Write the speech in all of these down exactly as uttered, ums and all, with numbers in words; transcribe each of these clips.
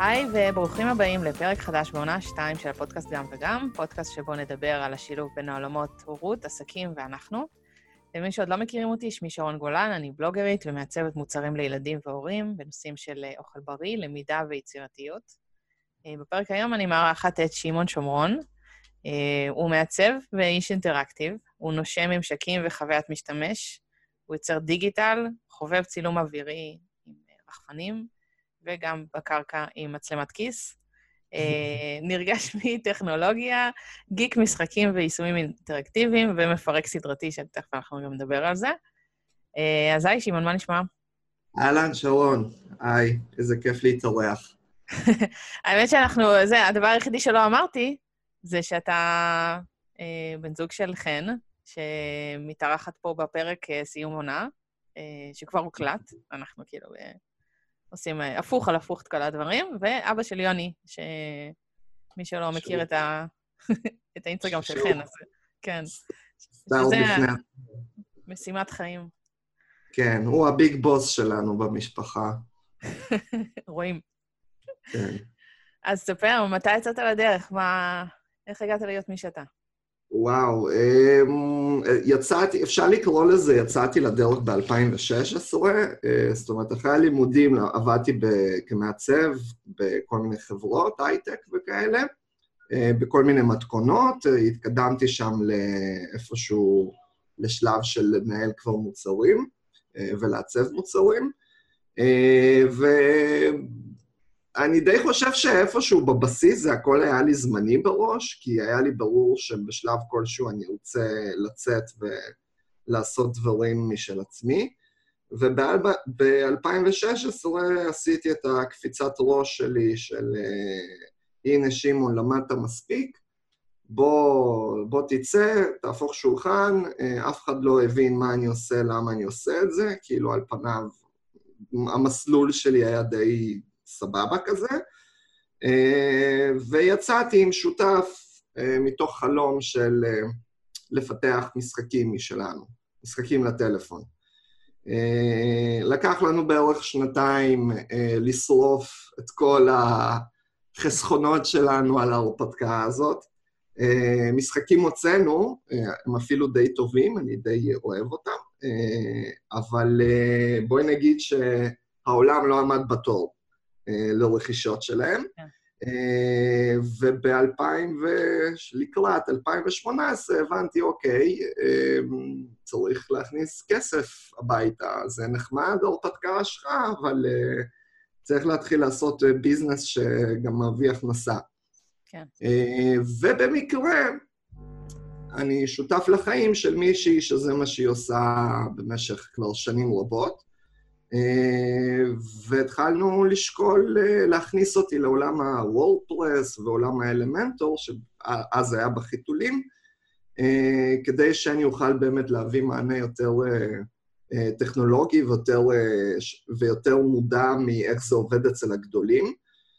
היי וברוכים הבאים לפרק חדש בעונה שתיים של הפודקאסט גם וגם, פודקאסט שבו נדבר על השילוב בין העולמות הורות, עסקים ואנחנו. למי שעוד לא מכירים אותי, שמי שרון גולן, אני בלוגרית ומעצבת מוצרים לילדים והורים בנושאים של אוכל בריא, למידה ויצירתיות. בפרק היום אני מארחת את שמעון שומרון. הוא מעצב ואיש אינטראקטיב, הוא נושא ממשקים וחוויית משתמש, הוא יוצר דיגיטל, חובב צילום אווירי עם רחפנים, וגם בקרקע עם מצלמת כיס. נרגש מטכנולוגיה, גיק משחקים ויישומים אינטראקטיביים, ומפרק סדרתי, שתכף אנחנו גם נדבר על זה. אז היי, שמעון, מה נשמע? אהלן, שרון. היי, איזה כיף להתארח. האמת שאנחנו, זה, הדבר היחידי שלא אמרתי, זה שאתה אה, בן זוג של חן, שמתארחת פה בפרק סיום עונה, אה, שכבר הוקלט, אנחנו כאילו אה, עושים אה, הפוך על הפוך את כל הדברים, ואבא של יוני, שמי שלא מכיר את, ה... את האינסטגרם של חן, אז כן. שזה משימת חיים. כן, הוא הביג בוס שלנו במשפחה. רואים. כן. אז ספר, מתי יצאת לדרך? מה... איך הגעת להיות מי שאתה? וואו, יצאתי, אפשר לקרוא לזה, יצאתי לדרך ב-אלפיים ושש עשרה, זאת אומרת, אחרי הלימודים עבדתי כמעצב בכל מיני חברות, הייטק וכאלה, בכל מיני מתכונות, התקדמתי שם לאיפשהו לשלב של לנהל כבר מוצרים ולעצב מוצרים, ו... אני די חושב שאיפשהו בבסיס זה הכל היה לי זמני בראש, כי היה לי ברור שבשלב כלשהו אני רוצה לצאת ולעשות דברים משל עצמי, וב-אלפיים ושש עשרה עשיתי את הקפיצת ראש שלי של הנה שמעון, למדת מספיק, בוא, בוא תצא, תהפוך שולחן, אף אחד לא הבין מה אני עושה, למה אני עושה את זה, כאילו על פניו המסלול שלי היה די... סבבה כזה, ויצאתי עם שותף מתוך חלום של לפתח משחקים משלנו, משחקים לטלפון. לקח לנו בערך שנתיים לשרוף את כל החסכונות שלנו על ההרפתקה הזאת. משחקים הוצאנו, הם אפילו די טובים, אני די אוהב אותם, אבל בואי נגיד שהעולם לא עמד בתור. לרכישות שלהם, וב-אלפיים ולקראת אלפיים ושמונה עשרה הבנתי, אוקיי, צריך להכניס כסף הביתה, זה נחמד, הרפתקה שלך, אבל צריך להתחיל לעשות ביזנס שגם מביא הכנסה. כן. ובמקרה, אני שותף לחיים של מישהי, שזה מה שהיא עושה במשך כבר שנים רבות, והתחלנו לשקול להכניס אותי לעולם הוורדפרס ועולם האלמנטור, שאז היה בחיתולים, כדי שאני אוכל באמת להביא מענה יותר טכנולוגי ויותר, ויותר מודע מאיך זה עובד אצל הגדולים,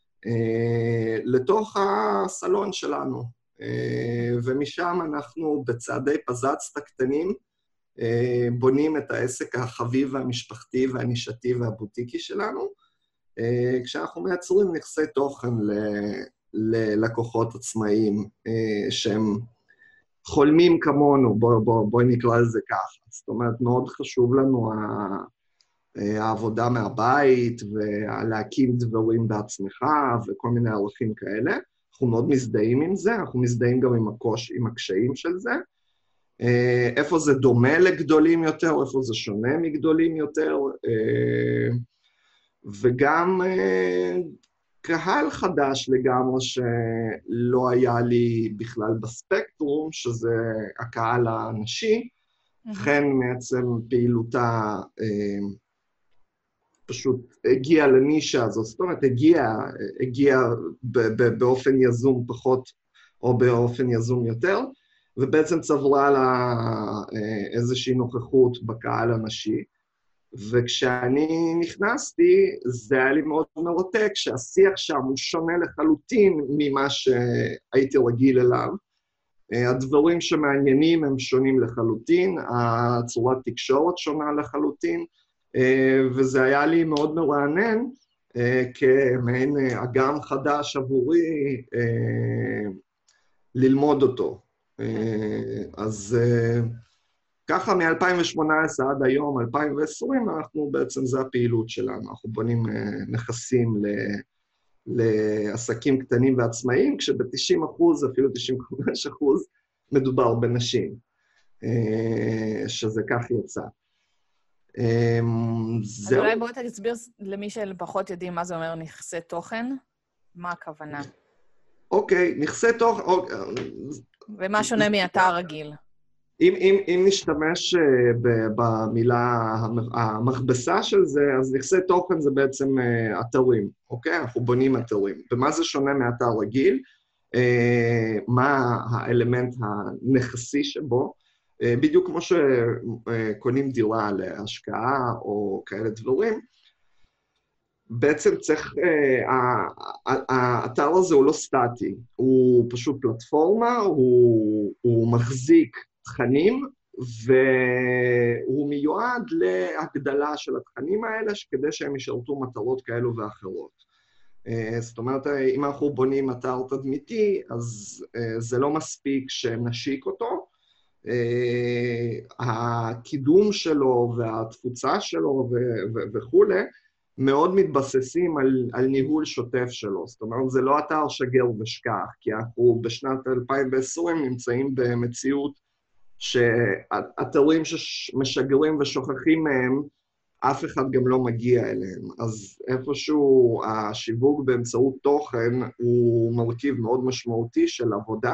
לתוך הסלון שלנו. ומשם אנחנו בצעדי פזץ הקטנים, בונים את העסק החביב והמשפחתי והנישתי והבוטיקי שלנו, כשאנחנו מייצרים נכסי תוכן ללקוחות עצמאיים שהם חולמים כמונו, בואי בוא, בוא נקרא לזה ככה. זאת אומרת, מאוד חשוב לנו העבודה מהבית ולהקים דברים בעצמך וכל מיני ערכים כאלה. אנחנו מאוד מזדהים עם זה, אנחנו מזדהים גם עם הקוש, עם הקשיים של זה. איפה זה דומה לגדולים יותר, איפה זה שונה מגדולים יותר, וגם קהל חדש לגמרי שלא היה לי בכלל בספקטרום, שזה הקהל הנשי, כן מעצם פעילותה פשוט הגיעה לנישה הזאת, זאת אומרת, הגיעה, הגיעה באופן יזום פחות או באופן יזום יותר, ובעצם צברה לה איזושהי נוכחות בקהל הנשי. וכשאני נכנסתי, זה היה לי מאוד מרתק, שהשיח שם הוא שונה לחלוטין ממה שהייתי רגיל אליו. הדברים שמעניינים הם שונים לחלוטין, הצורת תקשורת שונה לחלוטין, וזה היה לי מאוד מרענן, כמעין אגם חדש עבורי ללמוד אותו. אז ככה מ-אלפיים שמונה עשרה עד היום, אלפיים ועשרים, אנחנו בעצם, זה הפעילות שלנו. אנחנו בונים נכסים לעסקים קטנים ועצמאיים, כשב-תשעים אחוז, אפילו תשעים וחמישה אחוז, מדובר בנשים, שזה כך יצא. אז אולי בואו תסביר למי שפחות יודעים מה זה אומר נכסי תוכן, מה הכוונה? אוקיי, נכסי תוכן... ומה שונה מאתר רגיל? אם, אם, אם נשתמש במילה המכבסה של זה, אז נכסי תוכן זה בעצם אתרים, אוקיי? אנחנו בונים אתרים. ומה זה שונה מאתר רגיל? מה האלמנט הנכסי שבו? בדיוק כמו שקונים דירה להשקעה או כאלה דברים, בעצם צריך, האתר הזה הוא לא סטטי, הוא פשוט פלטפורמה, הוא, הוא מחזיק תכנים, והוא מיועד להגדלה של התכנים האלה, כדי שהם ישרתו מטרות כאלו ואחרות. זאת אומרת, אם אנחנו בונים אתר תדמיתי, אז זה לא מספיק שנשיק אותו, הקידום שלו והתפוצה שלו וכו' מאוד מתבססים על, על ניהול שוטף שלו. זאת אומרת, זה לא אתר שגר ושכח, כי אנחנו בשנת אלפיים ועשרים נמצאים במציאות שאתרים שמשגרים ושוכחים מהם, אף אחד גם לא מגיע אליהם. אז איפשהו השיווק באמצעות תוכן הוא מרכיב מאוד משמעותי של עבודה,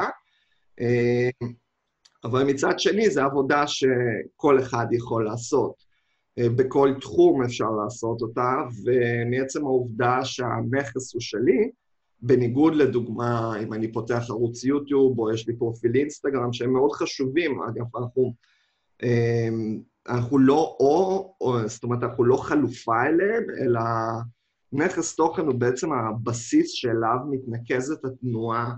אבל מצד שני, זו עבודה שכל אחד יכול לעשות. בכל תחום אפשר לעשות אותה, ומעצם העובדה שהנכס הוא שלי, בניגוד לדוגמה, אם אני פותח ערוץ יוטיוב, או יש לי פרופיל אינסטגרם, שהם מאוד חשובים, אגב, אנחנו, אנחנו לא או, או, זאת אומרת, אנחנו לא חלופה אליהם, אלא נכס תוכן הוא בעצם הבסיס שאליו מתנקזת התנועה,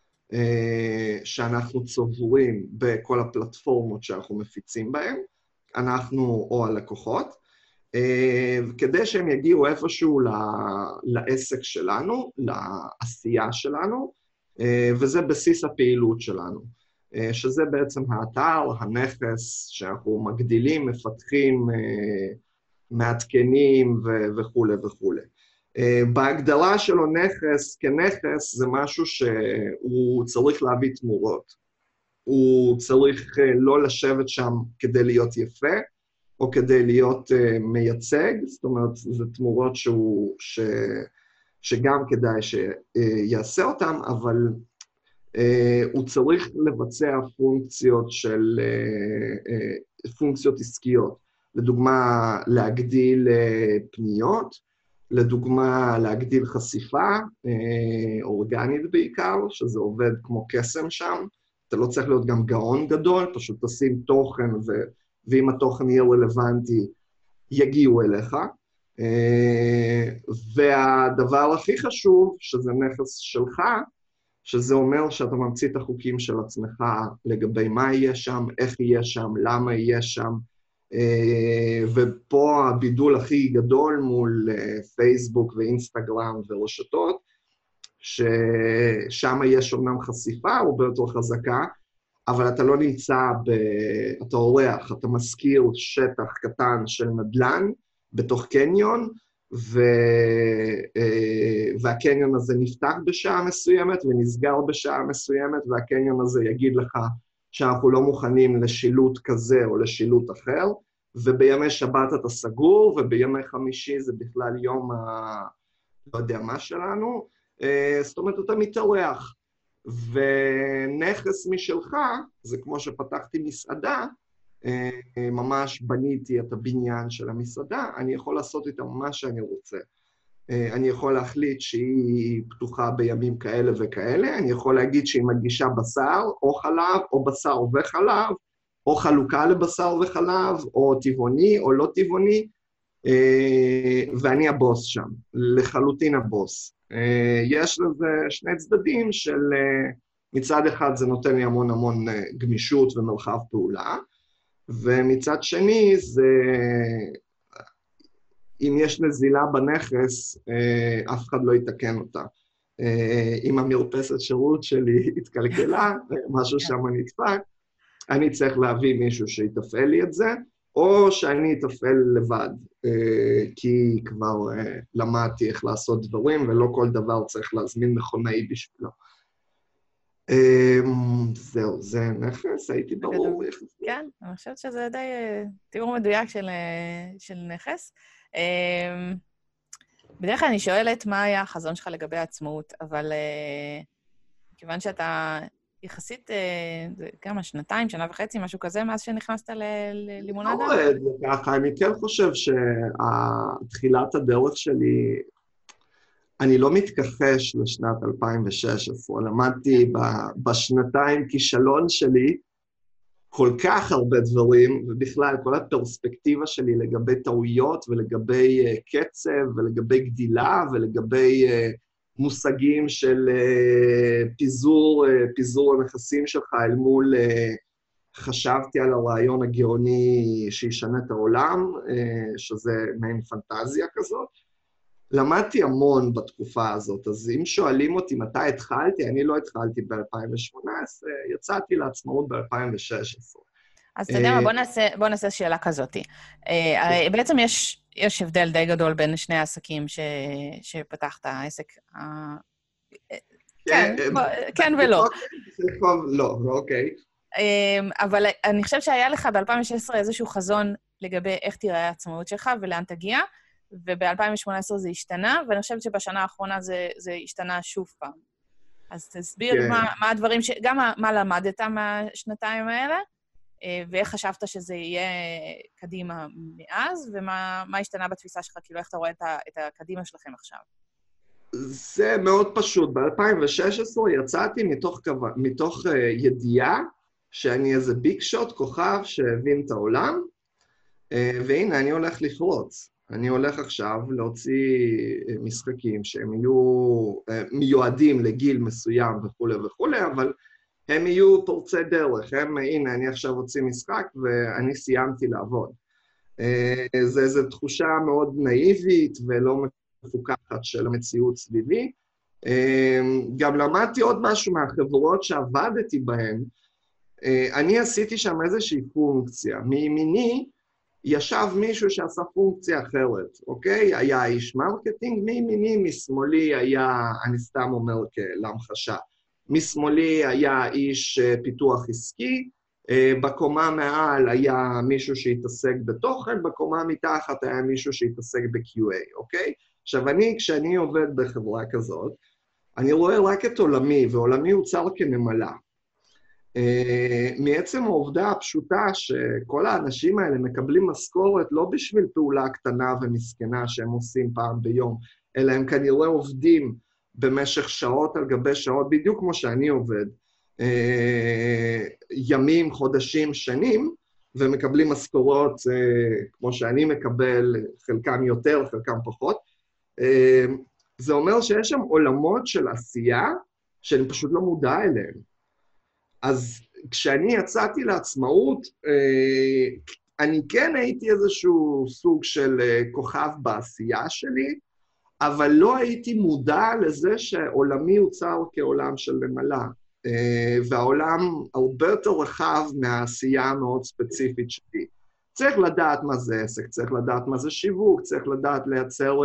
שאנחנו צוברים בכל הפלטפורמות שאנחנו מפיצים בהן, אנחנו או הלקוחות, כדי שהם יגיעו איפשהו לעסק שלנו, לעשייה שלנו, וזה בסיס הפעילות שלנו, שזה בעצם האתר, הנכס שאנחנו מגדילים, מפתחים, מעדכנים וכו' וכו'. בהגדרה שלו נכס כנכס זה משהו שהוא צריך להביא תמורות. הוא צריך לא לשבת שם כדי להיות יפה, או כדי להיות מייצג, זאת אומרת, זה תמורות שהוא, ש, שגם כדאי שיעשה אותם, אבל הוא צריך לבצע פונקציות של, פונקציות עסקיות. לדוגמה, להגדיל פניות, לדוגמה, להגדיל חשיפה, אורגנית בעיקר, שזה עובד כמו קסם שם, אתה לא צריך להיות גם גאון גדול, פשוט תשים תוכן, ו... ואם התוכן יהיה רלוונטי, יגיעו אליך. והדבר הכי חשוב, שזה נכס שלך, שזה אומר שאתה ממציא את החוקים של עצמך, לגבי מה יהיה שם, איך יהיה שם, למה יהיה שם, ופה הבידול הכי גדול מול פייסבוק ואינסטגרם ורשתות, ששם יש אומנם חשיפה הרבה יותר חזקה, אבל אתה לא נמצא, ב... אתה אורח, אתה מזכיר שטח קטן של נדל"ן בתוך קניון, ו... והקניון הזה נפתח בשעה מסוימת ונסגר בשעה מסוימת, והקניון הזה יגיד לך שאנחנו לא מוכנים לשילוט כזה או לשילוט אחר, ובימי שבת אתה סגור, ובימי חמישי זה בכלל יום ה... לא יודע מה שלנו, זאת אומרת, אתה מתארח. ונכס משלך, זה כמו שפתחתי מסעדה, ממש בניתי את הבניין של המסעדה, אני יכול לעשות איתה מה שאני רוצה. אני יכול להחליט שהיא פתוחה בימים כאלה וכאלה, אני יכול להגיד שהיא מגישה בשר או חלב, או בשר וחלב, או חלוקה לבשר וחלב, או טבעוני או לא טבעוני, ואני הבוס שם, לחלוטין הבוס. יש לזה שני צדדים של מצד אחד זה נותן לי המון המון גמישות ומרחב פעולה, ומצד שני זה אם יש נזילה בנכס, אף אחד לא יתקן אותה. אם המרפסת שירות שלי התקלקלה, משהו שם נדפק, אני צריך להביא מישהו שיתפעל לי את זה, או שאני אתפעל לבד, כי כבר למדתי איך לעשות דברים, ולא כל דבר צריך להזמין מכונאי בשבילו. זהו, זה נכס, הייתי ברור. כן, אני חושבת שזה די תיאור מדויק של נכס. בדרך כלל אני שואלת מה היה החזון שלך לגבי העצמאות, אבל כיוון שאתה יחסית, כמה, שנתיים, שנה וחצי, משהו כזה, מאז שנכנסת ללימונדה? לא רואה את זה ככה, אני כן חושב שתחילת הדרך שלי, אני לא מתכחש לשנת אלפיים ושש עשרה, למדתי בשנתיים כישלון שלי כל כך הרבה דברים, ובכלל כל הפרספקטיבה שלי לגבי טעויות ולגבי uh, קצב ולגבי גדילה ולגבי uh, מושגים של uh, פיזור, uh, פיזור הנכסים שלך אל מול, uh, חשבתי על הרעיון הגאוני שישנה את העולם, uh, שזה מעין פנטזיה כזאת. למדתי המון בתקופה הזאת, אז אם שואלים אותי מתי התחלתי, אני לא התחלתי ב-אלפיים ושמונה עשרה, יצאתי לעצמאות ב-אלפיים ושש עשרה. אז אתה יודע מה, בוא נעשה, בוא נעשה שאלה כזאת. בעצם יש, יש הבדל די גדול בין שני העסקים ש, שפתחת, העסק... כן, כן ולא. לא, אוקיי. אבל אני חושבת שהיה לך ב-אלפיים ושש עשרה איזשהו חזון לגבי איך תראה העצמאות שלך ולאן תגיע, וב-אלפיים ושמונה עשרה זה השתנה, ואני חושבת שבשנה האחרונה זה, זה השתנה שוב פעם. אז תסביר כן. מה, מה הדברים, ש... גם מה, מה למדת מהשנתיים האלה, ואיך חשבת שזה יהיה קדימה מאז, ומה מה השתנה בתפיסה שלך, כאילו איך אתה רואה את, ה, את הקדימה שלכם עכשיו. זה מאוד פשוט. ב-אלפיים ושש עשרה יצאתי מתוך, מתוך uh, ידיעה שאני איזה ביג שוט, כוכב שהבין את העולם, uh, והנה, אני הולך לפרוץ. אני הולך עכשיו להוציא משחקים שהם יהיו מיועדים לגיל מסוים וכו' וכו', אבל הם יהיו פורצי דרך. הם, הנה, אני עכשיו הוציא משחק ואני סיימתי לעבוד. זה איזו תחושה מאוד נאיבית ולא מפוקחת של המציאות סביבי. גם למדתי עוד משהו מהחברות שעבדתי בהן. אני עשיתי שם איזושהי פונקציה. מימיני, ישב מישהו שעשה פונקציה אחרת, אוקיי? היה איש מרקטינג, מימיני, משמאלי היה, אני סתם אומר כלמחשה, משמאלי היה איש פיתוח עסקי, בקומה מעל היה מישהו שהתעסק בתוכן, בקומה מתחת היה מישהו שהתעסק ב-קיו איי, אוקיי? עכשיו, אני, כשאני עובד בחברה כזאת, אני רואה רק את עולמי, ועולמי הוצר כנמלה. Uh, מעצם העובדה הפשוטה שכל האנשים האלה מקבלים משכורת לא בשביל פעולה קטנה ומסכנה שהם עושים פעם ביום, אלא הם כנראה עובדים במשך שעות על גבי שעות, בדיוק כמו שאני עובד, uh, ימים, חודשים, שנים, ומקבלים משכורות uh, כמו שאני מקבל, חלקם יותר, חלקם פחות. Uh, זה אומר שיש שם עולמות של עשייה שאני פשוט לא מודע אליהם. אז כשאני יצאתי לעצמאות, אני כן הייתי איזשהו סוג של כוכב בעשייה שלי, אבל לא הייתי מודע לזה שעולמי הוצר כעולם של נמלה, והעולם הרבה יותר רחב מהעשייה המאוד ספציפית שלי. צריך לדעת מה זה עסק, צריך לדעת מה זה שיווק, צריך לדעת לייצר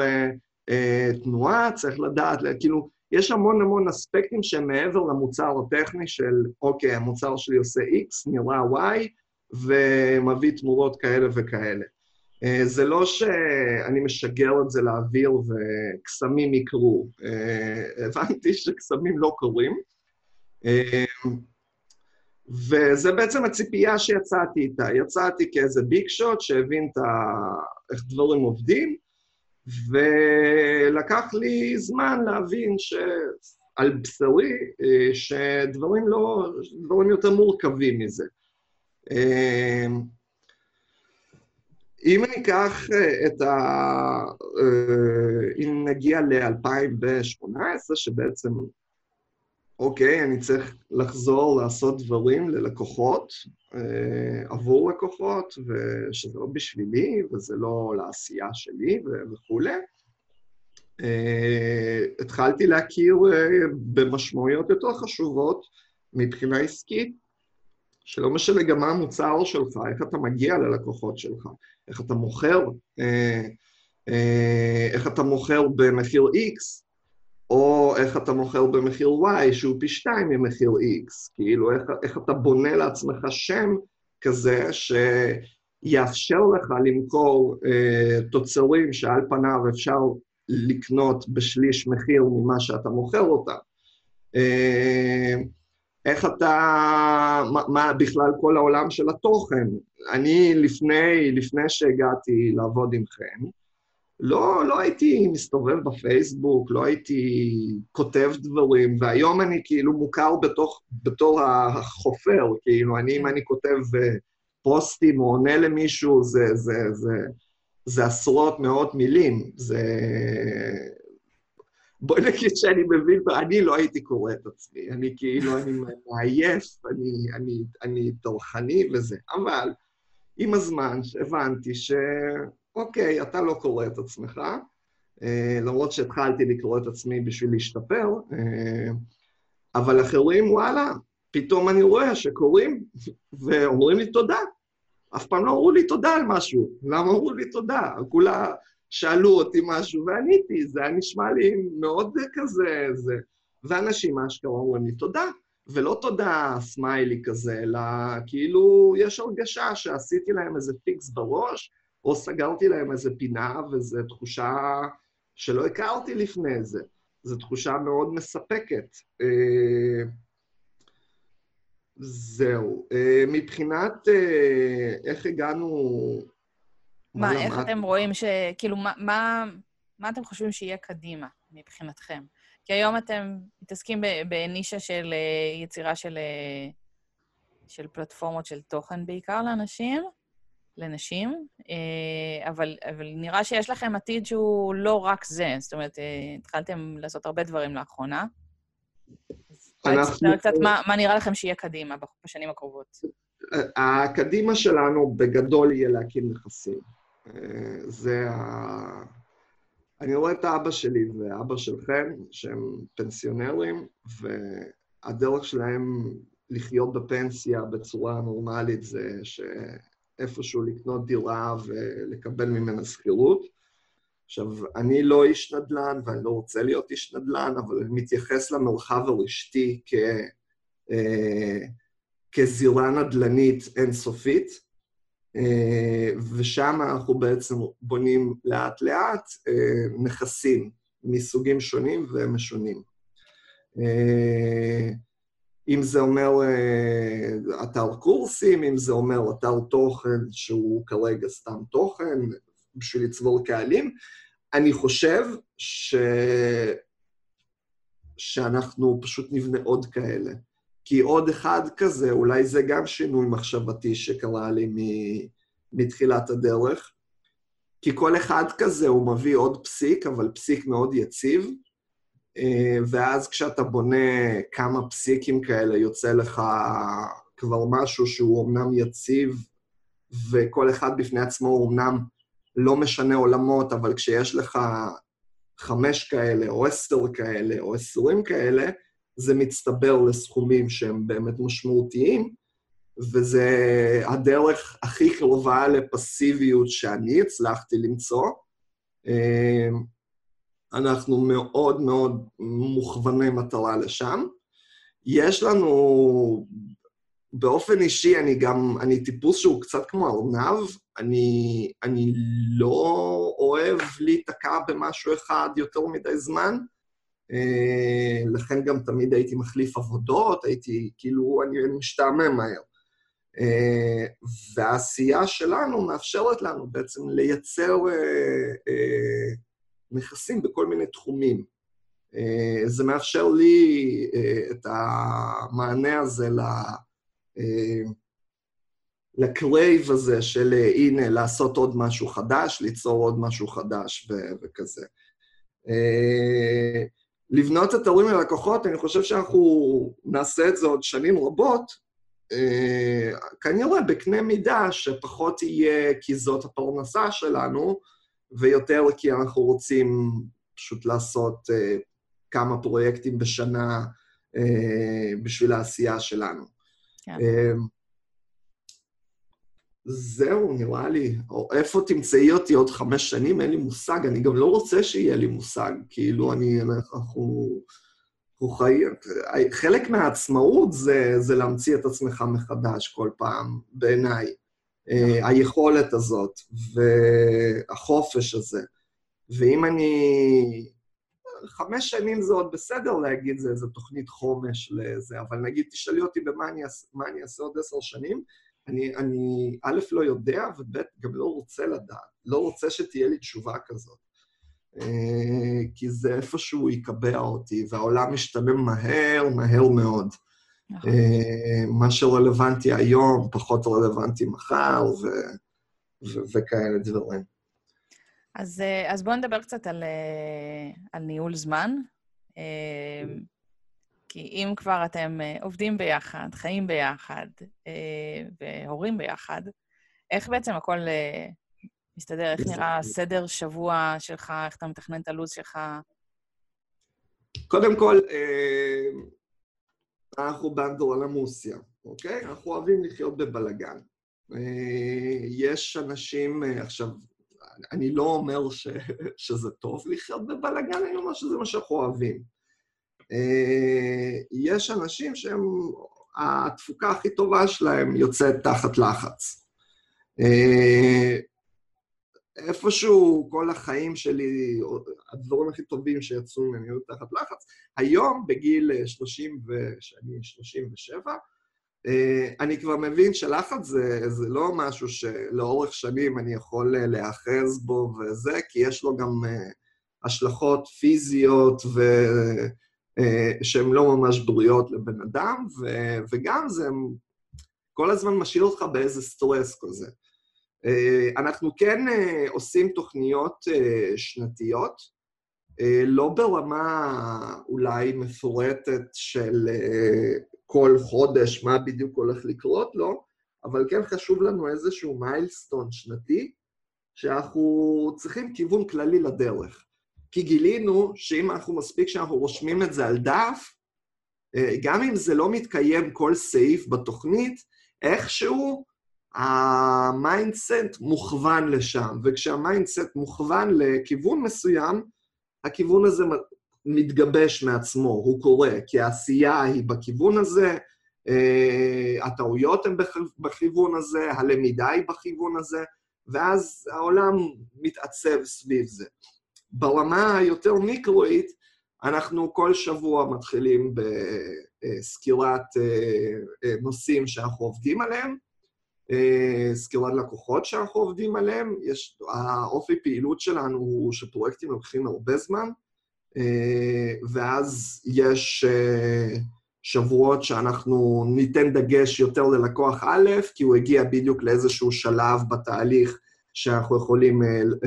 תנועה, צריך לדעת, כאילו, יש המון המון אספקטים שהם מעבר למוצר הטכני של, אוקיי, המוצר שלי עושה X, נראה Y, ומביא תמורות כאלה וכאלה. זה לא שאני משגר את זה לאוויר וקסמים יקרו. הבנתי שקסמים לא קורים. וזה בעצם הציפייה שיצאתי איתה. יצאתי כאיזה ביג שוט שהבין איך דברים עובדים, ולקח לי זמן להבין שעל בשרי, שדברים לא, דברים יותר מורכבים מזה. אם אני אקח את ה... אם נגיע ל-אלפיים ושמונה עשרה, שבעצם אוקיי, אני צריך לחזור לעשות דברים ללקוחות, עבור לקוחות, ושזה לא בשבילי, וזה לא לעשייה שלי וכו'. התחלתי להכיר במשמעויות יותר חשובות מבחינה עסקית, שלא משנה גם מה המוצר שלך, איך אתה מגיע ללקוחות שלך, איך אתה מוכר, איך אתה מוכר במחיר X, או איך אתה מוכר במחיר Y, שהוא פי שתיים ממחיר X, כאילו איך, איך אתה בונה לעצמך שם כזה שיאפשר לך למכור אה, תוצרים שעל פניו אפשר לקנות בשליש מחיר ממה שאתה מוכר אותם. אה, איך אתה, מה, מה בכלל כל העולם של התוכן? אני לפני, לפני שהגעתי לעבוד עם חן, לא, לא הייתי מסתובב בפייסבוק, לא הייתי כותב דברים, והיום אני כאילו מוכר בתוך, בתור החופר, כאילו, אני, אם אני כותב פוסטים או עונה למישהו, זה, זה, זה, זה עשרות מאות מילים, זה... בואי נגיד שאני מבין, אני לא הייתי קורא את עצמי, אני כאילו, אני מעייף, אני, אני, אני תורחני וזה, אבל עם הזמן הבנתי ש... אוקיי, אתה לא קורא את עצמך, למרות שהתחלתי לקרוא את עצמי בשביל להשתפר, אבל אחרים, וואלה, פתאום אני רואה שקוראים ואומרים לי תודה. אף פעם לא אמרו לי תודה על משהו. למה אמרו לי תודה? כולה שאלו אותי משהו ועניתי, זה היה נשמע לי מאוד כזה, זה. ואנשים אשכרה אומרים לי תודה, ולא תודה סמיילי כזה, אלא כאילו יש הרגשה שעשיתי להם איזה פיקס בראש, או סגרתי להם איזה פינה, וזו תחושה שלא הכרתי לפני זה. זו תחושה מאוד מספקת. זהו. מבחינת איך הגענו... מה, איך אתם רואים ש... כאילו, מה, מה, מה אתם חושבים שיהיה קדימה מבחינתכם? כי היום אתם מתעסקים בנישה של יצירה של, של פלטפורמות של תוכן בעיקר לאנשים, לנשים, אבל, אבל נראה שיש לכם עתיד שהוא לא רק זה, זאת אומרת, התחלתם לעשות הרבה דברים לאחרונה. אז אולי תספר קצת מה, מה נראה לכם שיהיה קדימה בשנים הקרובות. הקדימה שלנו בגדול יהיה להקים נכסים. זה ה... אני רואה את האבא שלי והאבא שלכם, שהם פנסיונרים, והדרך שלהם לחיות בפנסיה בצורה נורמלית זה ש... איפשהו לקנות דירה ולקבל ממנה שכירות. עכשיו, אני לא איש נדל"ן, ואני לא רוצה להיות איש נדל"ן, אבל אני מתייחס למרחב הרשתי כ, אה, כזירה נדל"נית אינסופית, אה, ושם אנחנו בעצם בונים לאט-לאט אה, נכסים מסוגים שונים ומשונים. אה, אם זה אומר uh, אתר קורסים, אם זה אומר אתר תוכן שהוא כרגע סתם תוכן, בשביל לצבור קהלים, אני חושב ש... שאנחנו פשוט נבנה עוד כאלה. כי עוד אחד כזה, אולי זה גם שינוי מחשבתי שקרה לי מ... מתחילת הדרך, כי כל אחד כזה הוא מביא עוד פסיק, אבל פסיק מאוד יציב, ואז כשאתה בונה כמה פסיקים כאלה, יוצא לך כבר משהו שהוא אומנם יציב, וכל אחד בפני עצמו הוא אומנם לא משנה עולמות, אבל כשיש לך חמש כאלה, או עשר כאלה, או עשרים כאלה, זה מצטבר לסכומים שהם באמת משמעותיים, וזה הדרך הכי קרובה לפסיביות שאני הצלחתי למצוא. אנחנו מאוד מאוד מוכווני מטרה לשם. יש לנו, באופן אישי, אני גם, אני טיפוס שהוא קצת כמו ארנב, אני, אני לא אוהב להיתקע במשהו אחד יותר מדי זמן, לכן גם תמיד הייתי מחליף עבודות, הייתי, כאילו, אני משתעמם מהר. והעשייה שלנו מאפשרת לנו בעצם לייצר נכסים בכל מיני תחומים. זה מאפשר לי את המענה הזה לקרייב הזה של הנה, לעשות עוד משהו חדש, ליצור עוד משהו חדש וכזה. לבנות אתרים ללקוחות, אני חושב שאנחנו נעשה את זה עוד שנים רבות, כנראה בקנה מידה שפחות יהיה כי זאת הפרנסה שלנו, ויותר כי אנחנו רוצים פשוט לעשות כמה פרויקטים בשנה בשביל העשייה שלנו. כן. זהו, נראה לי. או איפה תמצאי אותי עוד חמש שנים, אין לי מושג. אני גם לא רוצה שיהיה לי מושג. כאילו, אני, אנחנו, אנחנו חיים... חלק מהעצמאות זה, זה להמציא את עצמך מחדש כל פעם, בעיניי. היכולת הזאת, והחופש הזה. ואם אני... חמש שנים זה עוד בסדר להגיד, זה איזו תוכנית חומש לזה, אבל נגיד, תשאלי אותי במה אני אעשה, מה אני אעשה עוד עשר שנים, אני, אני א' לא יודע, וב' גם לא רוצה לדעת, לא רוצה שתהיה לי תשובה כזאת. כי זה איפשהו יקבע אותי, והעולם משתנה מהר, מהר מאוד. נכון. מה שרלוונטי היום, פחות רלוונטי מחר, ו, ו, וכאלה דברים. אז, אז בואו נדבר קצת על, על ניהול זמן. כי אם כבר אתם עובדים ביחד, חיים ביחד, והורים ביחד, איך בעצם הכל מסתדר? איך נראה סדר שבוע שלך? איך אתה מתכנן את הלו"ז שלך? קודם כל, אנחנו באנדרלמוסיה, אוקיי? אנחנו אוהבים לחיות בבלגן. יש אנשים, עכשיו, אני לא אומר ש, שזה טוב לחיות בבלגן, אני אומר שזה מה שאנחנו אוהבים. יש אנשים שהם, התפוקה הכי טובה שלהם יוצאת תחת לחץ. איפשהו כל החיים שלי, הדברים הכי טובים שיצאו ממני היו תחת לחץ, היום בגיל שלושים ושבע, אני כבר מבין שלחץ זה, זה לא משהו שלאורך שנים אני יכול להאחז בו וזה, כי יש לו גם השלכות פיזיות ו... שהן לא ממש בריאות לבן אדם, ו... וגם זה כל הזמן משאיר אותך באיזה סטרס כזה. אנחנו כן עושים תוכניות שנתיות, לא ברמה אולי מפורטת של כל חודש, מה בדיוק הולך לקרות לו, אבל כן חשוב לנו איזשהו מיילסטון שנתי, שאנחנו צריכים כיוון כללי לדרך. כי גילינו שאם אנחנו מספיק שאנחנו רושמים את זה על דף, גם אם זה לא מתקיים כל סעיף בתוכנית, איכשהו המיינדסט מוכוון לשם, וכשהמיינדסט מוכוון לכיוון מסוים, הכיוון הזה מתגבש מעצמו, הוא קורה, כי העשייה היא בכיוון הזה, הטעויות הן בכיוון הזה, הלמידה היא בכיוון הזה, ואז העולם מתעצב סביב זה. ברמה היותר מיקרואית, אנחנו כל שבוע מתחילים בסקירת נושאים שאנחנו עובדים עליהם, סקירת לקוחות שאנחנו עובדים עליהם, יש, האופי פעילות שלנו הוא שפרויקטים לוקחים הרבה זמן, ואז יש שבועות שאנחנו ניתן דגש יותר ללקוח א', כי הוא הגיע בדיוק לאיזשהו שלב בתהליך שאנחנו יכולים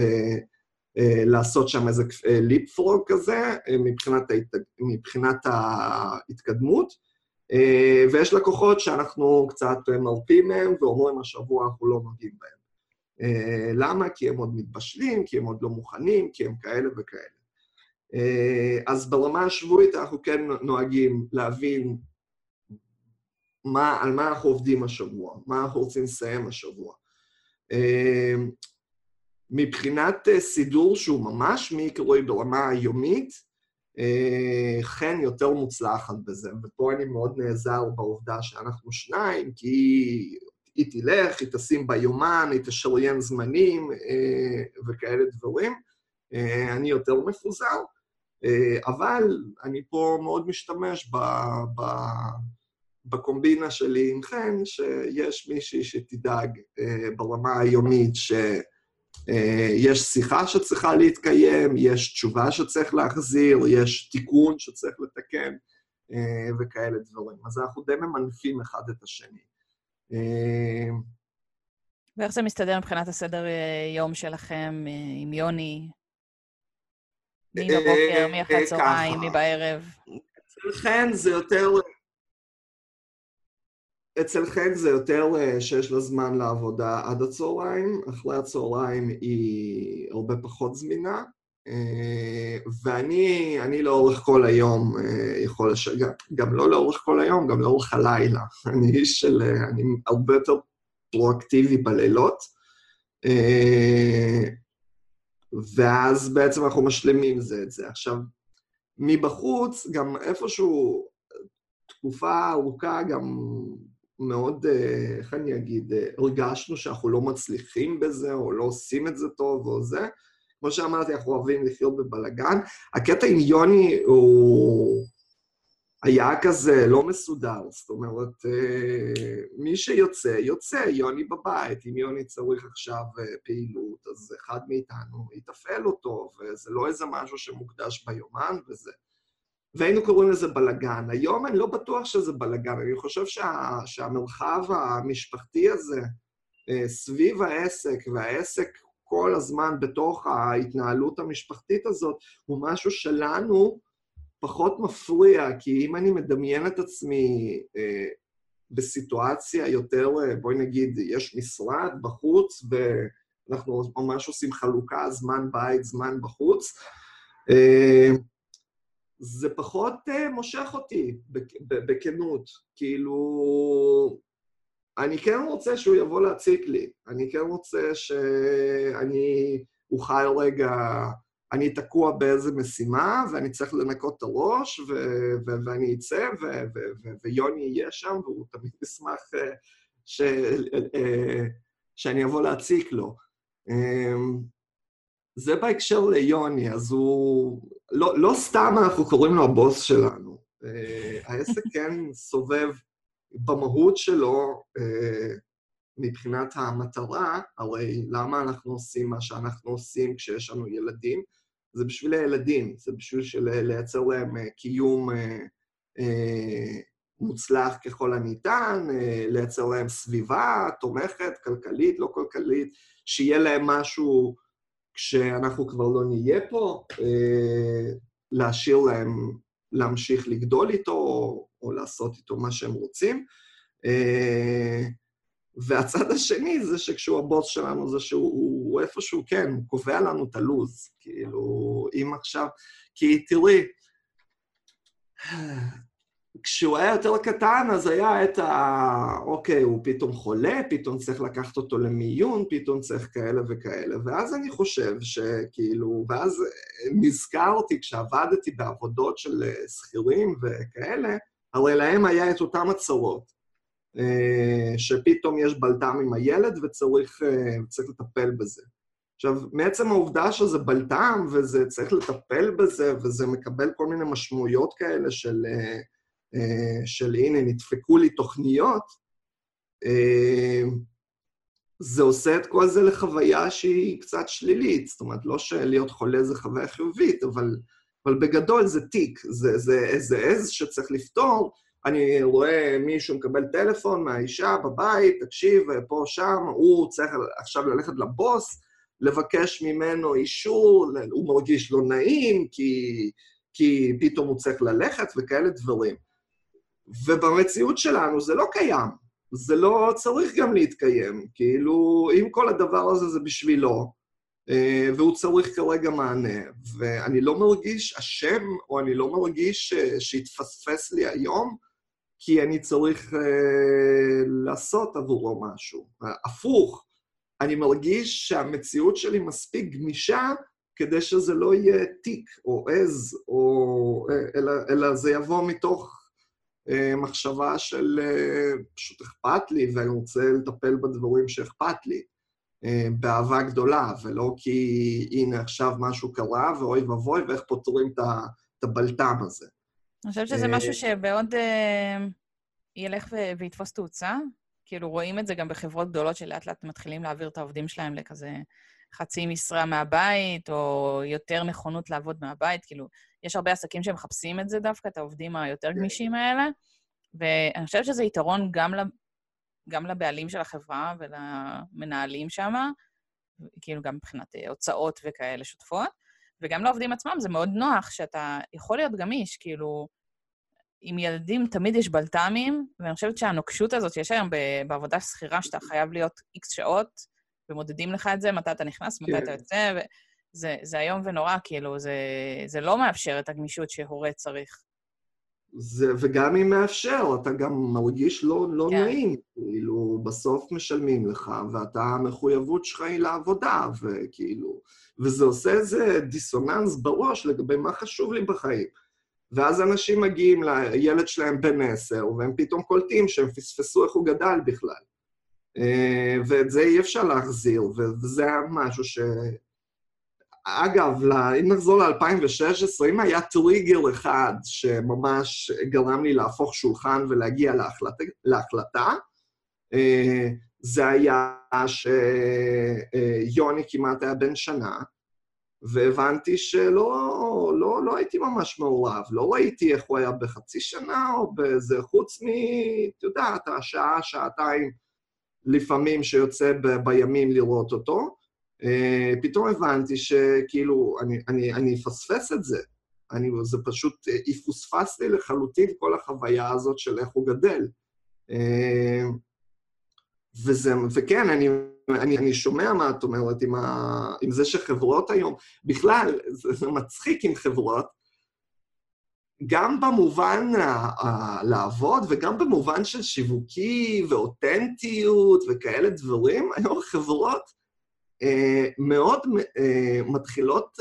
לעשות שם איזה ליפפרוג כזה, מבחינת, ההת... מבחינת ההתקדמות, ויש לקוחות שאנחנו קצת מרפים מהם, ואומרים השבוע אנחנו לא נוגעים בהם. למה? כי הם עוד מתבשלים, כי הם עוד לא מוכנים, כי הם כאלה וכאלה. אז ברמה השבועית אנחנו כן נוהגים להבין מה, על מה אנחנו עובדים השבוע, מה אנחנו רוצים לסיים השבוע. מבחינת סידור שהוא ממש מיקרואי ברמה היומית, חן יותר מוצלחת בזה, ופה אני מאוד נעזר בעובדה שאנחנו שניים, כי היא תלך, היא תשים ביומן, היא תשריין זמנים וכאלה דברים. אני יותר מפוזר, אבל אני פה מאוד משתמש ב, ב, בקומבינה שלי עם חן, שיש מישהי שתדאג ברמה היומית ש... יש שיחה שצריכה להתקיים, יש תשובה שצריך להחזיר, יש תיקון שצריך לתקן, וכאלה דברים. אז אנחנו די ממנפים אחד את השני. ואיך זה מסתדר מבחינת הסדר יום שלכם עם יוני? מי בבוקר, מי אחרי הצהריים, מי בערב? אצלכן זה יותר... אצלכן זה יותר שיש לה זמן לעבודה עד הצהריים, אחרי הצהריים היא הרבה פחות זמינה, ואני אני לאורך כל היום יכול לש... גם, גם לא לאורך כל היום, גם לאורך הלילה. אני איש של... אני הרבה יותר פרואקטיבי בלילות, ואז בעצם אנחנו משלימים זה את זה. עכשיו, מבחוץ, גם איפשהו תקופה ארוכה גם מאוד, איך אני אגיד, הרגשנו שאנחנו לא מצליחים בזה, או לא עושים את זה טוב, או זה. כמו שאמרתי, אנחנו אוהבים לחיות בבלגן. הקטע עם יוני הוא היה כזה לא מסודר, זאת אומרת, מי שיוצא, יוצא, יוני בבית. אם יוני צריך עכשיו פעילות, אז אחד מאיתנו יתפעל אותו, וזה לא איזה משהו שמוקדש ביומן וזה. והיינו קוראים לזה בלגן. היום אני לא בטוח שזה בלגן, אני חושב שה, שהמרחב המשפחתי הזה, סביב העסק, והעסק כל הזמן בתוך ההתנהלות המשפחתית הזאת, הוא משהו שלנו פחות מפריע, כי אם אני מדמיין את עצמי אה, בסיטואציה יותר, בואי נגיד, יש משרד בחוץ, ואנחנו ממש עושים חלוקה, זמן בית, זמן בחוץ, אה, זה פחות uh, מושך אותי, בכנות. כאילו, אני כן רוצה שהוא יבוא להציק לי. אני כן רוצה שאני אוכל רגע, אני תקוע באיזה משימה, ואני צריך לנקות את הראש, ו- ו- ואני אצא, ו- ו- ו- ויוני יהיה שם, והוא תמיד ישמח uh, ש- uh, שאני אבוא להציק לו. Um, זה בהקשר ליוני, אז הוא... לא, לא סתם אנחנו קוראים לו הבוס שלנו. העסק כן סובב במהות שלו, מבחינת המטרה, הרי למה אנחנו עושים מה שאנחנו עושים כשיש לנו ילדים? זה בשביל הילדים, זה בשביל לייצר להם קיום מוצלח ככל הניתן, לייצר להם סביבה תומכת, כלכלית, לא כלכלית, שיהיה להם משהו... כשאנחנו כבר לא נהיה פה, להשאיר להם להמשיך לגדול איתו, או, או לעשות איתו מה שהם רוצים. והצד השני זה שכשהוא הבוס שלנו, זה שהוא איפשהו, כן, הוא קובע לנו את הלוז. כאילו, אם עכשיו... כי תראי, כשהוא היה יותר קטן, אז היה את ה... אוקיי, הוא פתאום חולה, פתאום צריך לקחת אותו למיון, פתאום צריך כאלה וכאלה. ואז אני חושב שכאילו... ואז נזכרתי, כשעבדתי בעבודות של שכירים וכאלה, הרי להם היה את אותם הצרות, שפתאום יש בלטם עם הילד וצריך צריך לטפל בזה. עכשיו, מעצם העובדה שזה בלטם וזה צריך לטפל בזה, וזה מקבל כל מיני משמעויות כאלה של... של הנה, נדפקו לי תוכניות, זה עושה את כל זה לחוויה שהיא קצת שלילית, זאת אומרת, לא שלהיות חולה זה חוויה חיובית, אבל, אבל בגדול זה תיק, זה, זה איזה עז שצריך לפתור. אני רואה מישהו מקבל טלפון מהאישה בבית, תקשיב, פה שם, הוא צריך עכשיו ללכת לבוס, לבקש ממנו אישור, הוא מרגיש לא נעים, כי, כי פתאום הוא צריך ללכת וכאלה דברים. ובמציאות שלנו זה לא קיים, זה לא צריך גם להתקיים, כאילו, אם כל הדבר הזה זה בשבילו, והוא צריך כרגע מענה, ואני לא מרגיש אשם, או אני לא מרגיש שהתפספס לי היום, כי אני צריך לעשות עבורו משהו. הפוך, אני מרגיש שהמציאות שלי מספיק גמישה, כדי שזה לא יהיה תיק או עז, או, אלא, אלא זה יבוא מתוך מחשבה של פשוט אכפת לי, ואני רוצה לטפל בדברים שאכפת לי, באהבה גדולה, ולא כי הנה עכשיו משהו קרה, ואוי ובוי, ואיך פותרים את הבלטם הזה. אני חושבת שזה משהו שבעוד ילך ויתפוס תאוצה, כאילו רואים את זה גם בחברות גדולות שלאט לאט מתחילים להעביר את העובדים שלהם לכזה חצי משרה מהבית, או יותר נכונות לעבוד מהבית, כאילו, יש הרבה עסקים שמחפשים את זה דווקא, את העובדים היותר גמישים האלה, ואני חושבת שזה יתרון גם, לב... גם לבעלים של החברה ולמנהלים שם, כאילו גם מבחינת הוצאות וכאלה שותפות, וגם לעובדים עצמם זה מאוד נוח, שאתה יכול להיות גמיש, כאילו, עם ילדים תמיד יש בלת"מים, ואני חושבת שהנוקשות הזאת שיש היום בעבודה שכירה, שאתה חייב להיות איקס שעות, ומודדים לך את זה, מתי אתה נכנס, מתי אתה יוצא, וזה, זה היום ונורא, כאילו, זה, זה לא מאפשר את הגמישות שהורה צריך. זה, וגם אם מאפשר, אתה גם מרגיש לא, לא כן. נעים, כאילו, בסוף משלמים לך, ואתה, המחויבות שלך היא לעבודה, וכאילו, וזה עושה איזה דיסוננס בראש לגבי מה חשוב לי בחיים. ואז אנשים מגיעים לילד שלהם בן עשר, והם פתאום קולטים שהם פספסו איך הוא גדל בכלל. ואת זה אי אפשר להחזיר, וזה היה משהו ש... אגב, אם נחזור ל-אלפיים ושש עשרה, אם היה טריגר אחד שממש גרם לי להפוך שולחן ולהגיע להחלטה, להחלטה, זה היה שיוני כמעט היה בן שנה, והבנתי שלא לא, לא הייתי ממש מעורב, לא ראיתי איך הוא היה בחצי שנה או באיזה חוץ מ... אתה יודע, השעה, שעתיים לפעמים שיוצא ב, בימים לראות אותו, Uh, פתאום הבנתי שכאילו, אני, אני, אני אפספס את זה. אני, זה פשוט יפוספס לי לחלוטין כל החוויה הזאת של איך הוא גדל. Uh, וזה, וכן, אני, אני, אני שומע מה את אומרת עם, ה, עם זה שחברות היום, בכלל, זה, זה מצחיק עם חברות, גם במובן ה, ה, לעבוד וגם במובן של שיווקי ואותנטיות וכאלה דברים, היום חברות, מאוד מתחילות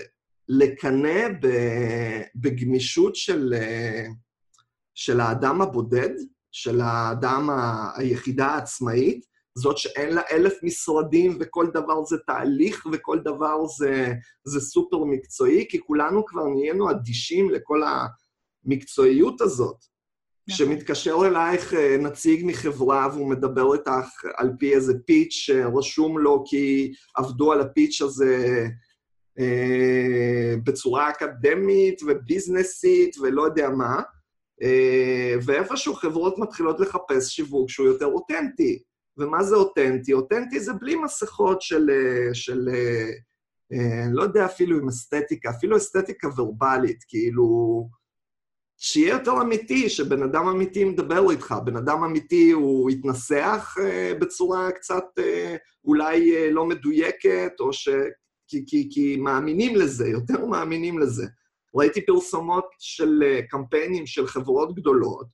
לקנא בגמישות של, של האדם הבודד, של האדם היחידה העצמאית, זאת שאין לה אלף משרדים וכל דבר זה תהליך וכל דבר זה, זה סופר מקצועי, כי כולנו כבר נהיינו אדישים לכל המקצועיות הזאת. כשמתקשר אלייך נציג מחברה והוא מדבר איתך על פי איזה פיץ' שרשום לו כי עבדו על הפיץ' הזה אה, בצורה אקדמית וביזנסית ולא יודע מה, אה, ואיפשהו חברות מתחילות לחפש שיווק שהוא יותר אותנטי. ומה זה אותנטי? אותנטי זה בלי מסכות של, של אה, לא יודע אפילו עם אסתטיקה, אפילו אסתטיקה ורבלית, כאילו... שיהיה יותר אמיתי, שבן אדם אמיתי מדבר איתך, בן אדם אמיתי הוא יתנסח uh, בצורה קצת uh, אולי uh, לא מדויקת, או ש... כי, כי, כי מאמינים לזה, יותר מאמינים לזה. ראיתי פרסומות של uh, קמפיינים של חברות גדולות,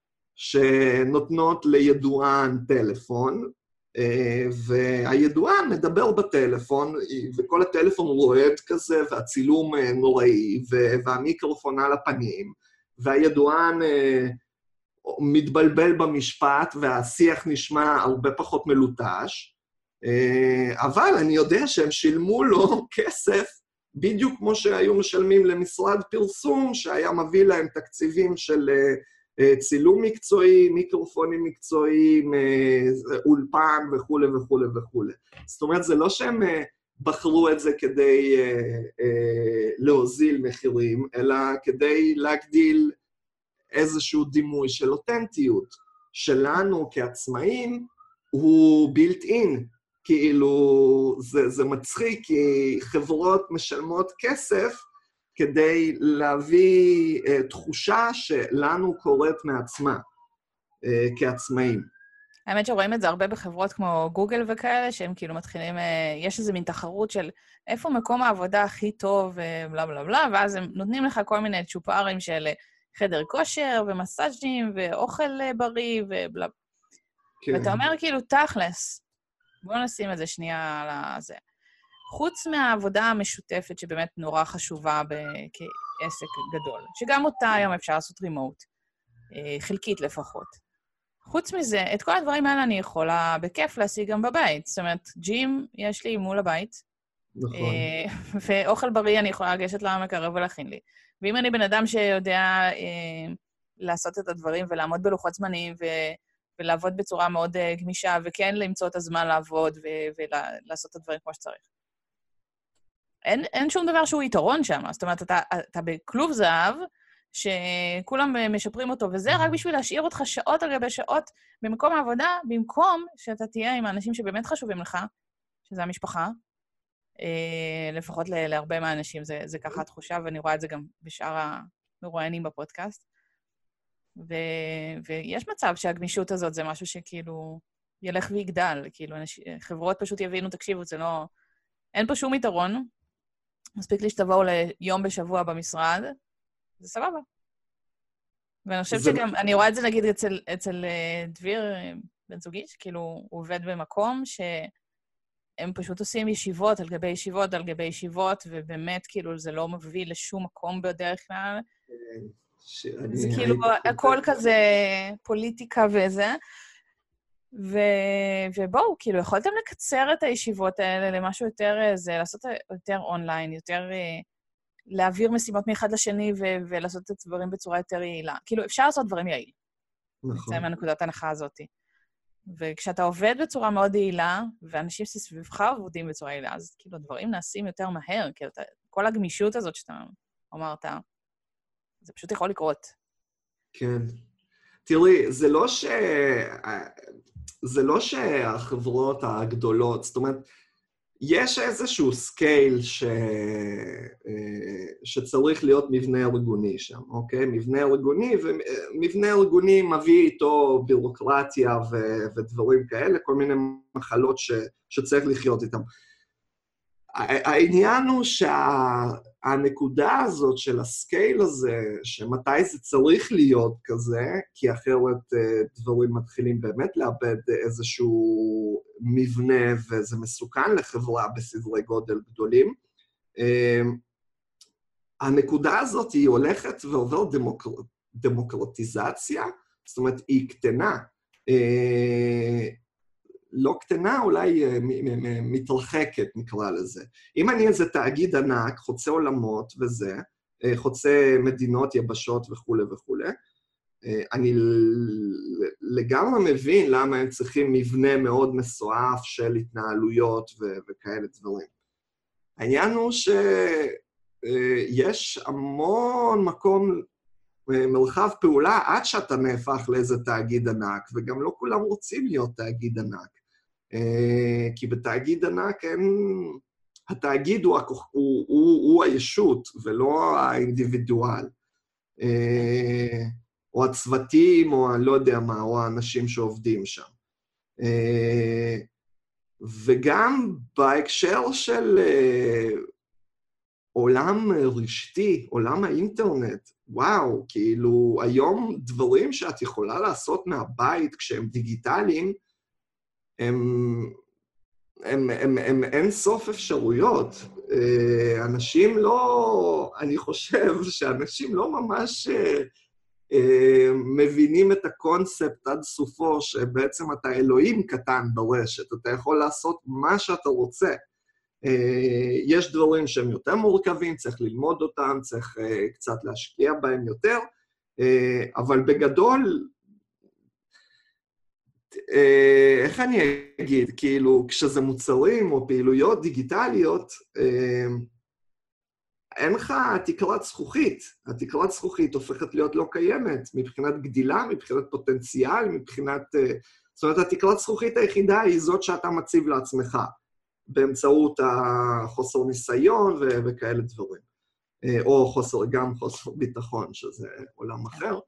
שנותנות לידוען טלפון, uh, והידוען מדבר בטלפון, וכל הטלפון רועד כזה, והצילום uh, נוראי, והמיקרופון על הפנים, והידוען אה, מתבלבל במשפט, והשיח נשמע הרבה פחות מלוטש, אה, אבל אני יודע שהם שילמו לו כסף, בדיוק כמו שהיו משלמים למשרד פרסום, שהיה מביא להם תקציבים של אה, אה, צילום מקצועי, מיקרופונים מקצועיים, אה, אולפן וכו' וכו' וכו'. זאת אומרת, זה לא שהם... אה, בחרו את זה כדי אה, אה, להוזיל מחירים, אלא כדי להגדיל איזשהו דימוי של אותנטיות. שלנו כעצמאים הוא built in, כאילו זה, זה מצחיק, כי חברות משלמות כסף כדי להביא אה, תחושה שלנו קורית מעצמה אה, כעצמאים. האמת שרואים את זה הרבה בחברות כמו גוגל וכאלה, שהם כאילו מתחילים, יש איזה מין תחרות של איפה מקום העבודה הכי טוב ובלה בלה בלה, ואז הם נותנים לך כל מיני צ'ופרים של חדר כושר ומסאז'ים ואוכל בריא ובלה. כן. ואתה אומר כאילו, תכלס, בואו נשים את זה שנייה על זה. חוץ מהעבודה המשותפת שבאמת נורא חשובה כעסק גדול, שגם אותה היום אפשר לעשות רימוט, חלקית לפחות. חוץ מזה, את כל הדברים האלה אני יכולה בכיף להשיג גם בבית. זאת אומרת, ג'ים יש לי מול הבית. נכון. ואוכל בריא אני יכולה לגשת למקרב ולהכין לי. ואם אני בן אדם שיודע אה, לעשות את הדברים ולעמוד בלוחות זמנים ו- ולעבוד בצורה מאוד אה, גמישה, וכן למצוא את הזמן לעבוד ו- ולעשות את הדברים כמו שצריך. אין, אין שום דבר שהוא יתרון שם. זאת אומרת, אתה, אתה בכלוב זהב, שכולם משפרים אותו, וזה רק בשביל להשאיר אותך שעות על גבי שעות במקום העבודה, במקום שאתה תהיה עם האנשים שבאמת חשובים לך, שזה המשפחה, לפחות להרבה מהאנשים זה, זה ככה התחושה, ואני רואה את זה גם בשאר המרואיינים בפודקאסט. ו, ויש מצב שהגמישות הזאת זה משהו שכאילו ילך ויגדל, כאילו אנש, חברות פשוט יבינו, תקשיבו, זה לא... אין פה שום יתרון, מספיק לי שתבואו ליום בשבוע במשרד, זה סבבה. ואני חושבת זה... שגם, אני רואה את זה נגיד אצל, אצל דביר בן זוגי, שכאילו הוא עובד במקום שהם פשוט עושים ישיבות על גבי ישיבות על גבי ישיבות, ובאמת כאילו זה לא מביא לשום מקום בדרך כלל. שאני... זה כאילו הכל כזה פוליטיקה וזה. ו... ובואו, כאילו, יכולתם לקצר את הישיבות האלה למשהו יותר, זה, לעשות יותר אונליין, יותר להעביר משימות מאחד לשני ו... ולעשות את הדברים בצורה יותר יעילה. כאילו, אפשר לעשות דברים יעיל. נכון. זה מהנקודת ההנחה הזאת. וכשאתה עובד בצורה מאוד יעילה, ואנשים סביבך עובדים בצורה יעילה, אז כאילו, דברים נעשים יותר מהר, כאילו, אתה... כל הגמישות הזאת שאתה אמרת, זה פשוט יכול לקרות. כן. תראי, זה לא ש... זה לא שהחברות הגדולות, זאת אומרת, יש איזשהו סקייל ש... שצריך להיות מבנה ארגוני שם, אוקיי? מבנה ארגוני, ומבנה ארגוני מביא איתו בירוקרטיה ו... ודברים כאלה, כל מיני מחלות ש... שצריך לחיות איתם. העניין הוא שהנקודה הזאת של הסקייל הזה, שמתי זה צריך להיות כזה, כי אחרת דברים מתחילים באמת לאבד איזשהו מבנה, וזה מסוכן לחברה בסדרי גודל גדולים. הנקודה הזאת היא הולכת ועובר דמוקר... דמוקרטיזציה, זאת אומרת, היא קטנה. לא קטנה, אולי מתרחקת, נקרא לזה. אם אני איזה תאגיד ענק, חוצה עולמות וזה, חוצה מדינות, יבשות וכו' וכו', אני לגמרי מבין למה הם צריכים מבנה מאוד מסועף של התנהלויות ו- וכאלה דברים. העניין הוא שיש המון מקום, מרחב פעולה, עד שאתה נהפך לאיזה תאגיד ענק, וגם לא כולם רוצים להיות תאגיד ענק. כי בתאגיד ענק אין... התאגיד הוא, הוא, הוא, הוא הישות, ולא האינדיבידואל. או הצוותים, או אני לא יודע מה, או האנשים שעובדים שם. וגם בהקשר של עולם רשתי, עולם האינטרנט, וואו, כאילו, היום דברים שאת יכולה לעשות מהבית כשהם דיגיטליים, הם, הם, הם, הם אין סוף אפשרויות. אנשים לא, אני חושב שאנשים לא ממש מבינים את הקונספט עד סופו, שבעצם אתה אלוהים קטן ברשת, אתה יכול לעשות מה שאתה רוצה. יש דברים שהם יותר מורכבים, צריך ללמוד אותם, צריך קצת להשקיע בהם יותר, אבל בגדול, איך אני אגיד, כאילו, כשזה מוצרים או פעילויות דיגיטליות, אין לך תקרת זכוכית. התקרת זכוכית הופכת להיות לא קיימת, מבחינת גדילה, מבחינת פוטנציאל, מבחינת... זאת אומרת, התקרת זכוכית היחידה היא זאת שאתה מציב לעצמך, באמצעות החוסר ניסיון ו- וכאלה דברים. או חוסר, גם חוסר ביטחון, שזה עולם אחר.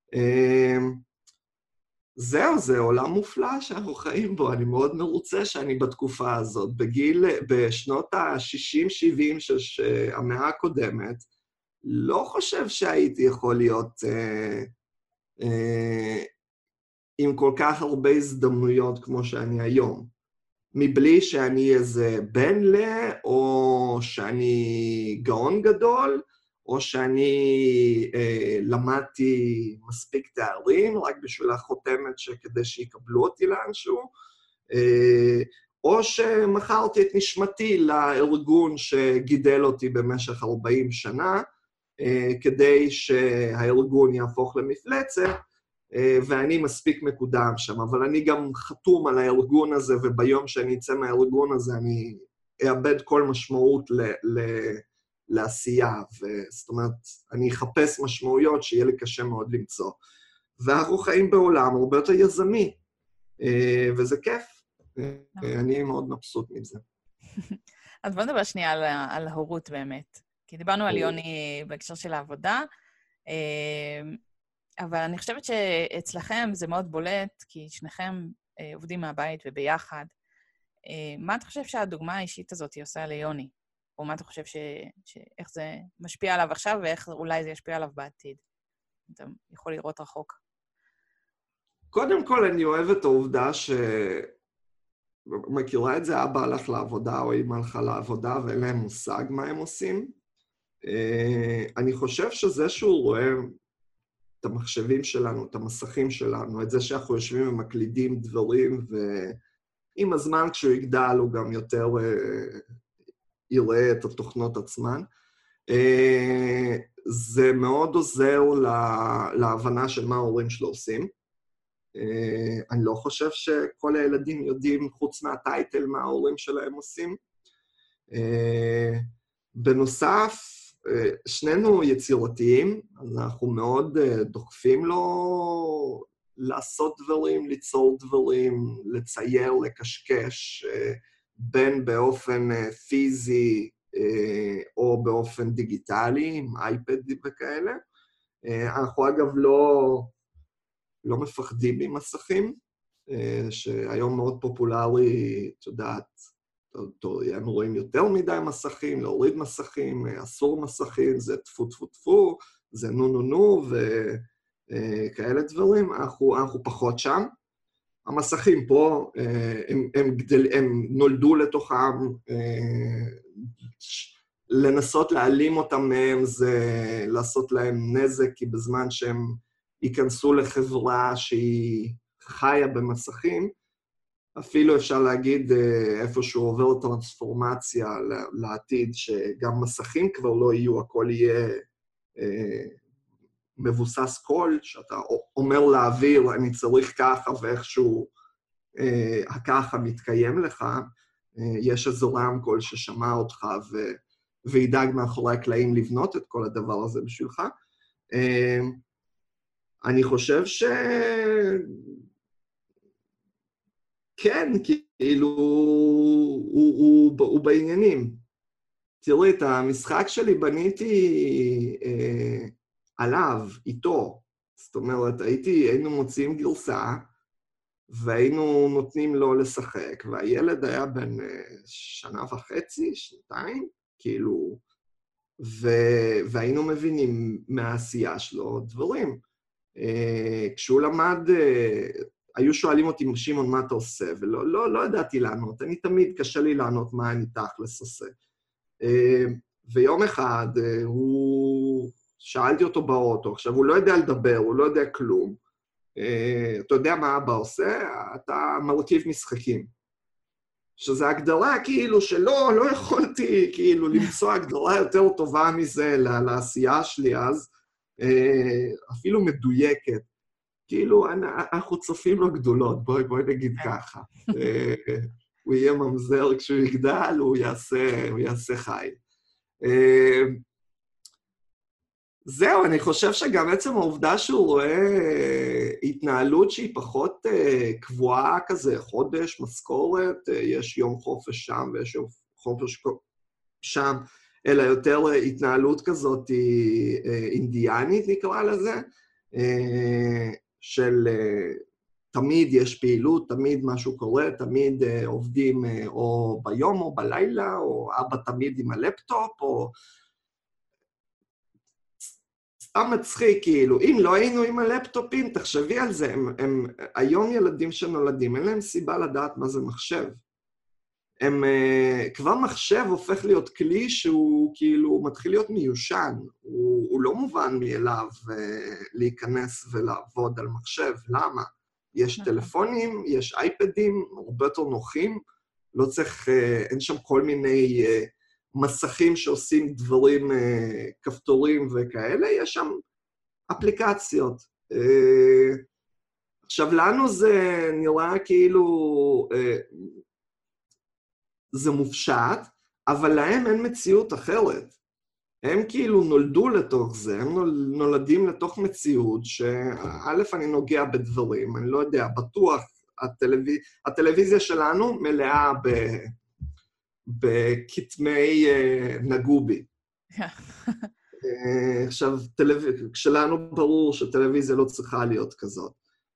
זהו, זה עולם מופלא שאנחנו חיים בו. אני מאוד מרוצה שאני בתקופה הזאת, בגיל, בשנות ה-שישים שבעים של המאה הקודמת, לא חושב שהייתי יכול להיות אה, אה, עם כל כך הרבה הזדמנויות כמו שאני היום. מבלי שאני איזה בן ל, או שאני גאון גדול, או שאני אה, למדתי מספיק תארים, רק בשביל החותמת שכדי שיקבלו אותי לאנשהו, אה, או שמכרתי את נשמתי לארגון שגידל אותי במשך ארבעים שנה, אה, כדי שהארגון יהפוך למפלצת, אה, ואני מספיק מקודם שם, אבל אני גם חתום על הארגון הזה, וביום שאני אצא מהארגון הזה אני אאבד כל משמעות ל... ל לעשייה, וזאת אומרת, אני אחפש משמעויות שיהיה לי קשה מאוד למצוא. ואנחנו חיים בעולם הרבה יותר יזמי, וזה כיף. אני מאוד מבסוט מזה. אז בוא נדבר שנייה על, על ההורות באמת. כי דיברנו על יוני בהקשר של העבודה, אבל אני חושבת שאצלכם זה מאוד בולט, כי שניכם עובדים מהבית וביחד. מה אתה חושב שהדוגמה האישית הזאת היא עושה ליוני? או מה אתה חושב ש... שאיך זה משפיע עליו עכשיו, ואיך אולי זה ישפיע עליו בעתיד? אתה יכול לראות רחוק. קודם כל, אני אוהב את העובדה ש... מכירה את זה, אבא הלך לעבודה או אמא הלכה לעבודה, ואין להם מושג מה הם עושים. אני חושב שזה שהוא רואה את המחשבים שלנו, את המסכים שלנו, את זה שאנחנו יושבים ומקלידים דברים, ועם הזמן כשהוא יגדל הוא גם יותר יראה את התוכנות עצמן. זה מאוד עוזר להבנה של מה ההורים שלו עושים. אני לא חושב שכל הילדים יודעים, חוץ מהטייטל, מה ההורים שלהם עושים. בנוסף, שנינו יצירתיים, אז אנחנו מאוד דוחפים לו לעשות דברים, ליצור דברים, לצייר, לקשקש, בין באופן פיזי או באופן דיגיטלי, עם אייפד וכאלה. אנחנו אגב לא... לא מפחדים ממסכים, שהיום מאוד פופולרי, את יודעת, אנחנו רואים יותר מדי מסכים, להוריד מסכים, אסור מסכים, זה טפו טפו טפו, זה נו נו נו, וכאלה דברים, אנחנו, אנחנו פחות שם. המסכים פה, הם, הם, גדל, הם נולדו לתוכם, לנסות להעלים אותם מהם, זה לעשות להם נזק, כי בזמן שהם ייכנסו לחברה שהיא חיה במסכים, אפילו אפשר להגיד איפשהו עובר טרנספורמציה לעתיד, שגם מסכים כבר לא יהיו, הכל יהיה מבוסס קול, שאתה אומר לאוויר, אני צריך ככה, ואיכשהו הככה מתקיים לך, יש איזו רמקול ששמע אותך, וידאג מאחורי הקלעים לבנות את כל הדבר הזה בשבילך. אני חושב ש... כן, כאילו, הוא, הוא, הוא בעניינים. תראי, את המשחק שלי בניתי אה, עליו, איתו. זאת אומרת, הייתי, היינו מוצאים גרסה, והיינו נותנים לו לשחק, והילד היה בן אה, שנה וחצי, שנתיים, כאילו, ו... והיינו מבינים מהעשייה שלו דברים. Uh, כשהוא למד, uh, היו שואלים אותי, שמעון, מה אתה עושה? ולא לא, לא ידעתי לענות, אני תמיד קשה לי לענות מה אני תכלס עושה. Uh, ויום אחד uh, הוא... שאלתי אותו באוטו, עכשיו הוא לא יודע לדבר, הוא לא יודע כלום. Uh, אתה יודע מה אבא עושה? אתה מרכיב משחקים. שזו הגדרה כאילו שלא, לא יכולתי כאילו למצוא הגדרה יותר טובה מזה לעשייה שלי אז, אפילו מדויקת. כאילו, אנחנו צופים לו גדולות, בואי, בואי נגיד ככה. הוא יהיה ממזר כשהוא יגדל, הוא יעשה, הוא יעשה חי. זהו, אני חושב שגם עצם העובדה שהוא רואה התנהלות שהיא פחות קבועה כזה, חודש, משכורת, יש יום חופש שם ויש יום חופש שם, אלא יותר התנהלות כזאת אינדיאנית, נקרא לזה, של תמיד יש פעילות, תמיד משהו קורה, תמיד עובדים או ביום או בלילה, או אבא תמיד עם הלפטופ, או... סתם מצחיק, כאילו, אם לא היינו עם הלפטופים, תחשבי על זה, הם, הם, היום ילדים שנולדים, אין להם סיבה לדעת מה זה מחשב. הם, כבר מחשב הופך להיות כלי שהוא כאילו מתחיל להיות מיושן, הוא, הוא לא מובן מאליו להיכנס ולעבוד על מחשב, למה? יש טלפונים, יש אייפדים, הרבה יותר נוחים, לא צריך, אין שם כל מיני מסכים שעושים דברים, כפתורים וכאלה, יש שם אפליקציות. עכשיו, לנו זה נראה כאילו, זה מופשט, אבל להם אין מציאות אחרת. הם כאילו נולדו לתוך זה, הם נולדים לתוך מציאות שא' אני נוגע בדברים, אני לא יודע, בטוח, הטלוויז... הטלוויזיה שלנו מלאה ב... בכתמי נגובי. עכשיו, כשלנו ברור שטלוויזיה לא צריכה להיות כזאת.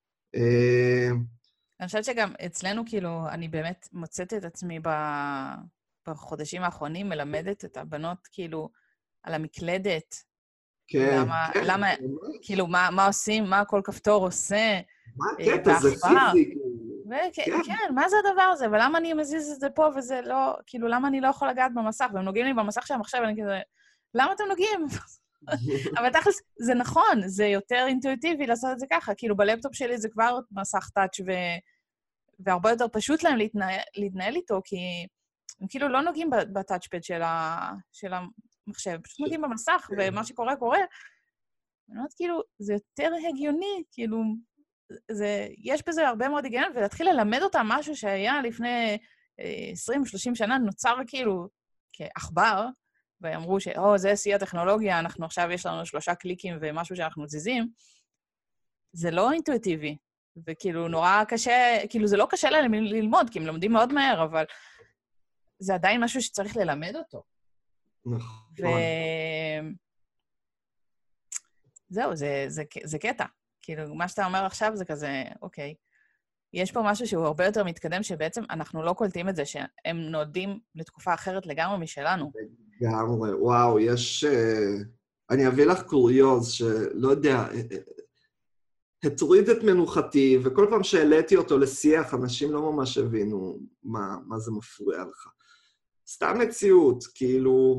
אני חושבת שגם אצלנו, כאילו, אני באמת מוצאת את עצמי בחודשים האחרונים, מלמדת את הבנות, כאילו, על המקלדת. כן, למה, כן. למה, כאילו, מה, מה עושים, מה כל כפתור עושה. מה הקטע? זה פיזי. כן, כן, מה זה הדבר הזה? ולמה אני מזיז את זה פה וזה לא, כאילו, למה אני לא יכול לגעת במסך? והם נוגעים לי במסך של המחשב, ואני כזה, למה אתם נוגעים? אבל תכלס, זה נכון, זה יותר אינטואיטיבי לעשות את זה ככה. כאילו, בלפטופ שלי זה כבר מסך טאץ' ו... והרבה יותר פשוט להם להתנהל, להתנהל איתו, כי הם כאילו לא נוגעים בטאצ'פד של, ה... של המחשב, פשוט נוגעים במסך, ומה שקורה קורה. אני אומרת, כאילו, זה יותר הגיוני, כאילו, זה... יש בזה הרבה מאוד היגיון, ולהתחיל ללמד אותם משהו שהיה לפני עשרים שלושים שנה, נוצר כאילו כעכבר, ואמרו שאו, זה שיא הטכנולוגיה, אנחנו עכשיו יש לנו שלושה קליקים ומשהו שאנחנו זיזים, זה לא אינטואיטיבי. וכאילו נורא קשה, כאילו זה לא קשה להם ללמוד, כי הם לומדים מאוד מהר, אבל זה עדיין משהו שצריך ללמד אותו. נכון. זהו, זה, זה, זה קטע. כאילו, מה שאתה אומר עכשיו זה כזה, אוקיי, יש פה משהו שהוא הרבה יותר מתקדם, שבעצם אנחנו לא קולטים את זה, שהם נועדים לתקופה אחרת לגמרי משלנו. לגמרי, וואו, יש... אני אביא לך קוריוז שלא יודע... הטריד את מנוחתי, וכל פעם שהעליתי אותו לשיח, אנשים לא ממש הבינו מה, מה זה מפריע לך. סתם מציאות, כאילו,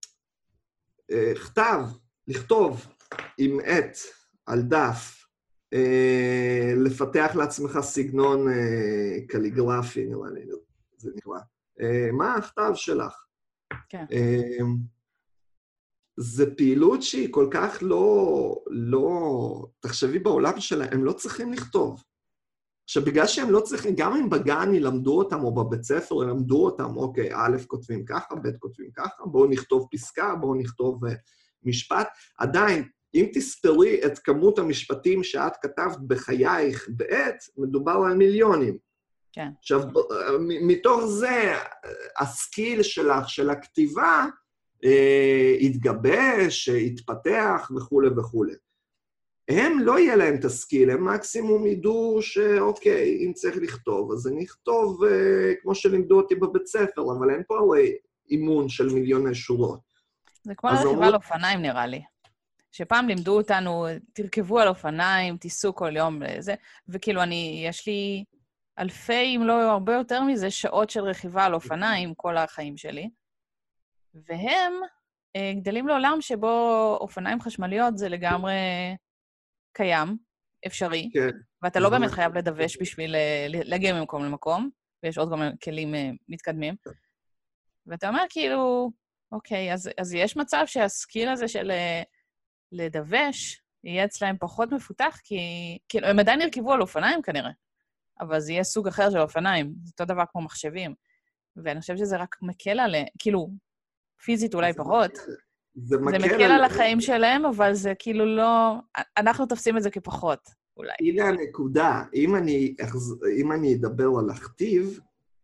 כתב, לכתוב עם עט על דף, לפתח לעצמך סגנון קליגרפי, נראה לי, זה נקרא. מה הכתב שלך? כן. זה פעילות שהיא כל כך לא, לא, תחשבי בעולם שלהם, הם לא צריכים לכתוב. עכשיו, בגלל שהם לא צריכים, גם אם בגן ילמדו אותם, או בבית ספר ילמדו אותם, אוקיי, א' כותבים ככה, ב' כותבים ככה, בואו נכתוב פסקה, בואו נכתוב uh, משפט. עדיין, אם תספרי את כמות המשפטים שאת כתבת בחייך בעת, מדובר על מיליונים. כן. עכשיו, מתוך זה, הסקיל שלך, של הכתיבה, התגבש, התפתח וכו' וכו'. הם לא יהיה להם את הסקיל, הם מקסימום ידעו שאוקיי, אם צריך לכתוב, אז אני אכתוב כמו שלימדו אותי בבית ספר, אבל אין פה הרי אימון של מיליוני שורות. זה כמו לרכיבה על אופניים נראה לי. שפעם לימדו אותנו, תרכבו על אופניים, תיסעו כל יום לזה, וכאילו אני, יש לי אלפי, אם לא הרבה יותר מזה, שעות של רכיבה על אופניים כל החיים שלי. והם גדלים לעולם שבו אופניים חשמליות זה לגמרי קיים, אפשרי, כן. ואתה לא באמת חייב לדווש בשביל להגיע ממקום למקום, ויש עוד גם כלים מתקדמים. ואתה אומר כאילו, אוקיי, אז, אז יש מצב שהסקיל הזה של לדווש יהיה אצלהם פחות מפותח, כי כאילו, הם עדיין ירכבו על אופניים כנראה, אבל זה יהיה סוג אחר של אופניים, זה אותו דבר כמו מחשבים. ואני חושב שזה רק מקל עליהם, כאילו, פיזית אולי פחות. זה מקל, זה מקל על החיים שלהם, אבל זה כאילו לא... אנחנו תופסים את זה כפחות, אולי. הנה הנקודה. אם אני, אם אני אדבר על הכתיב,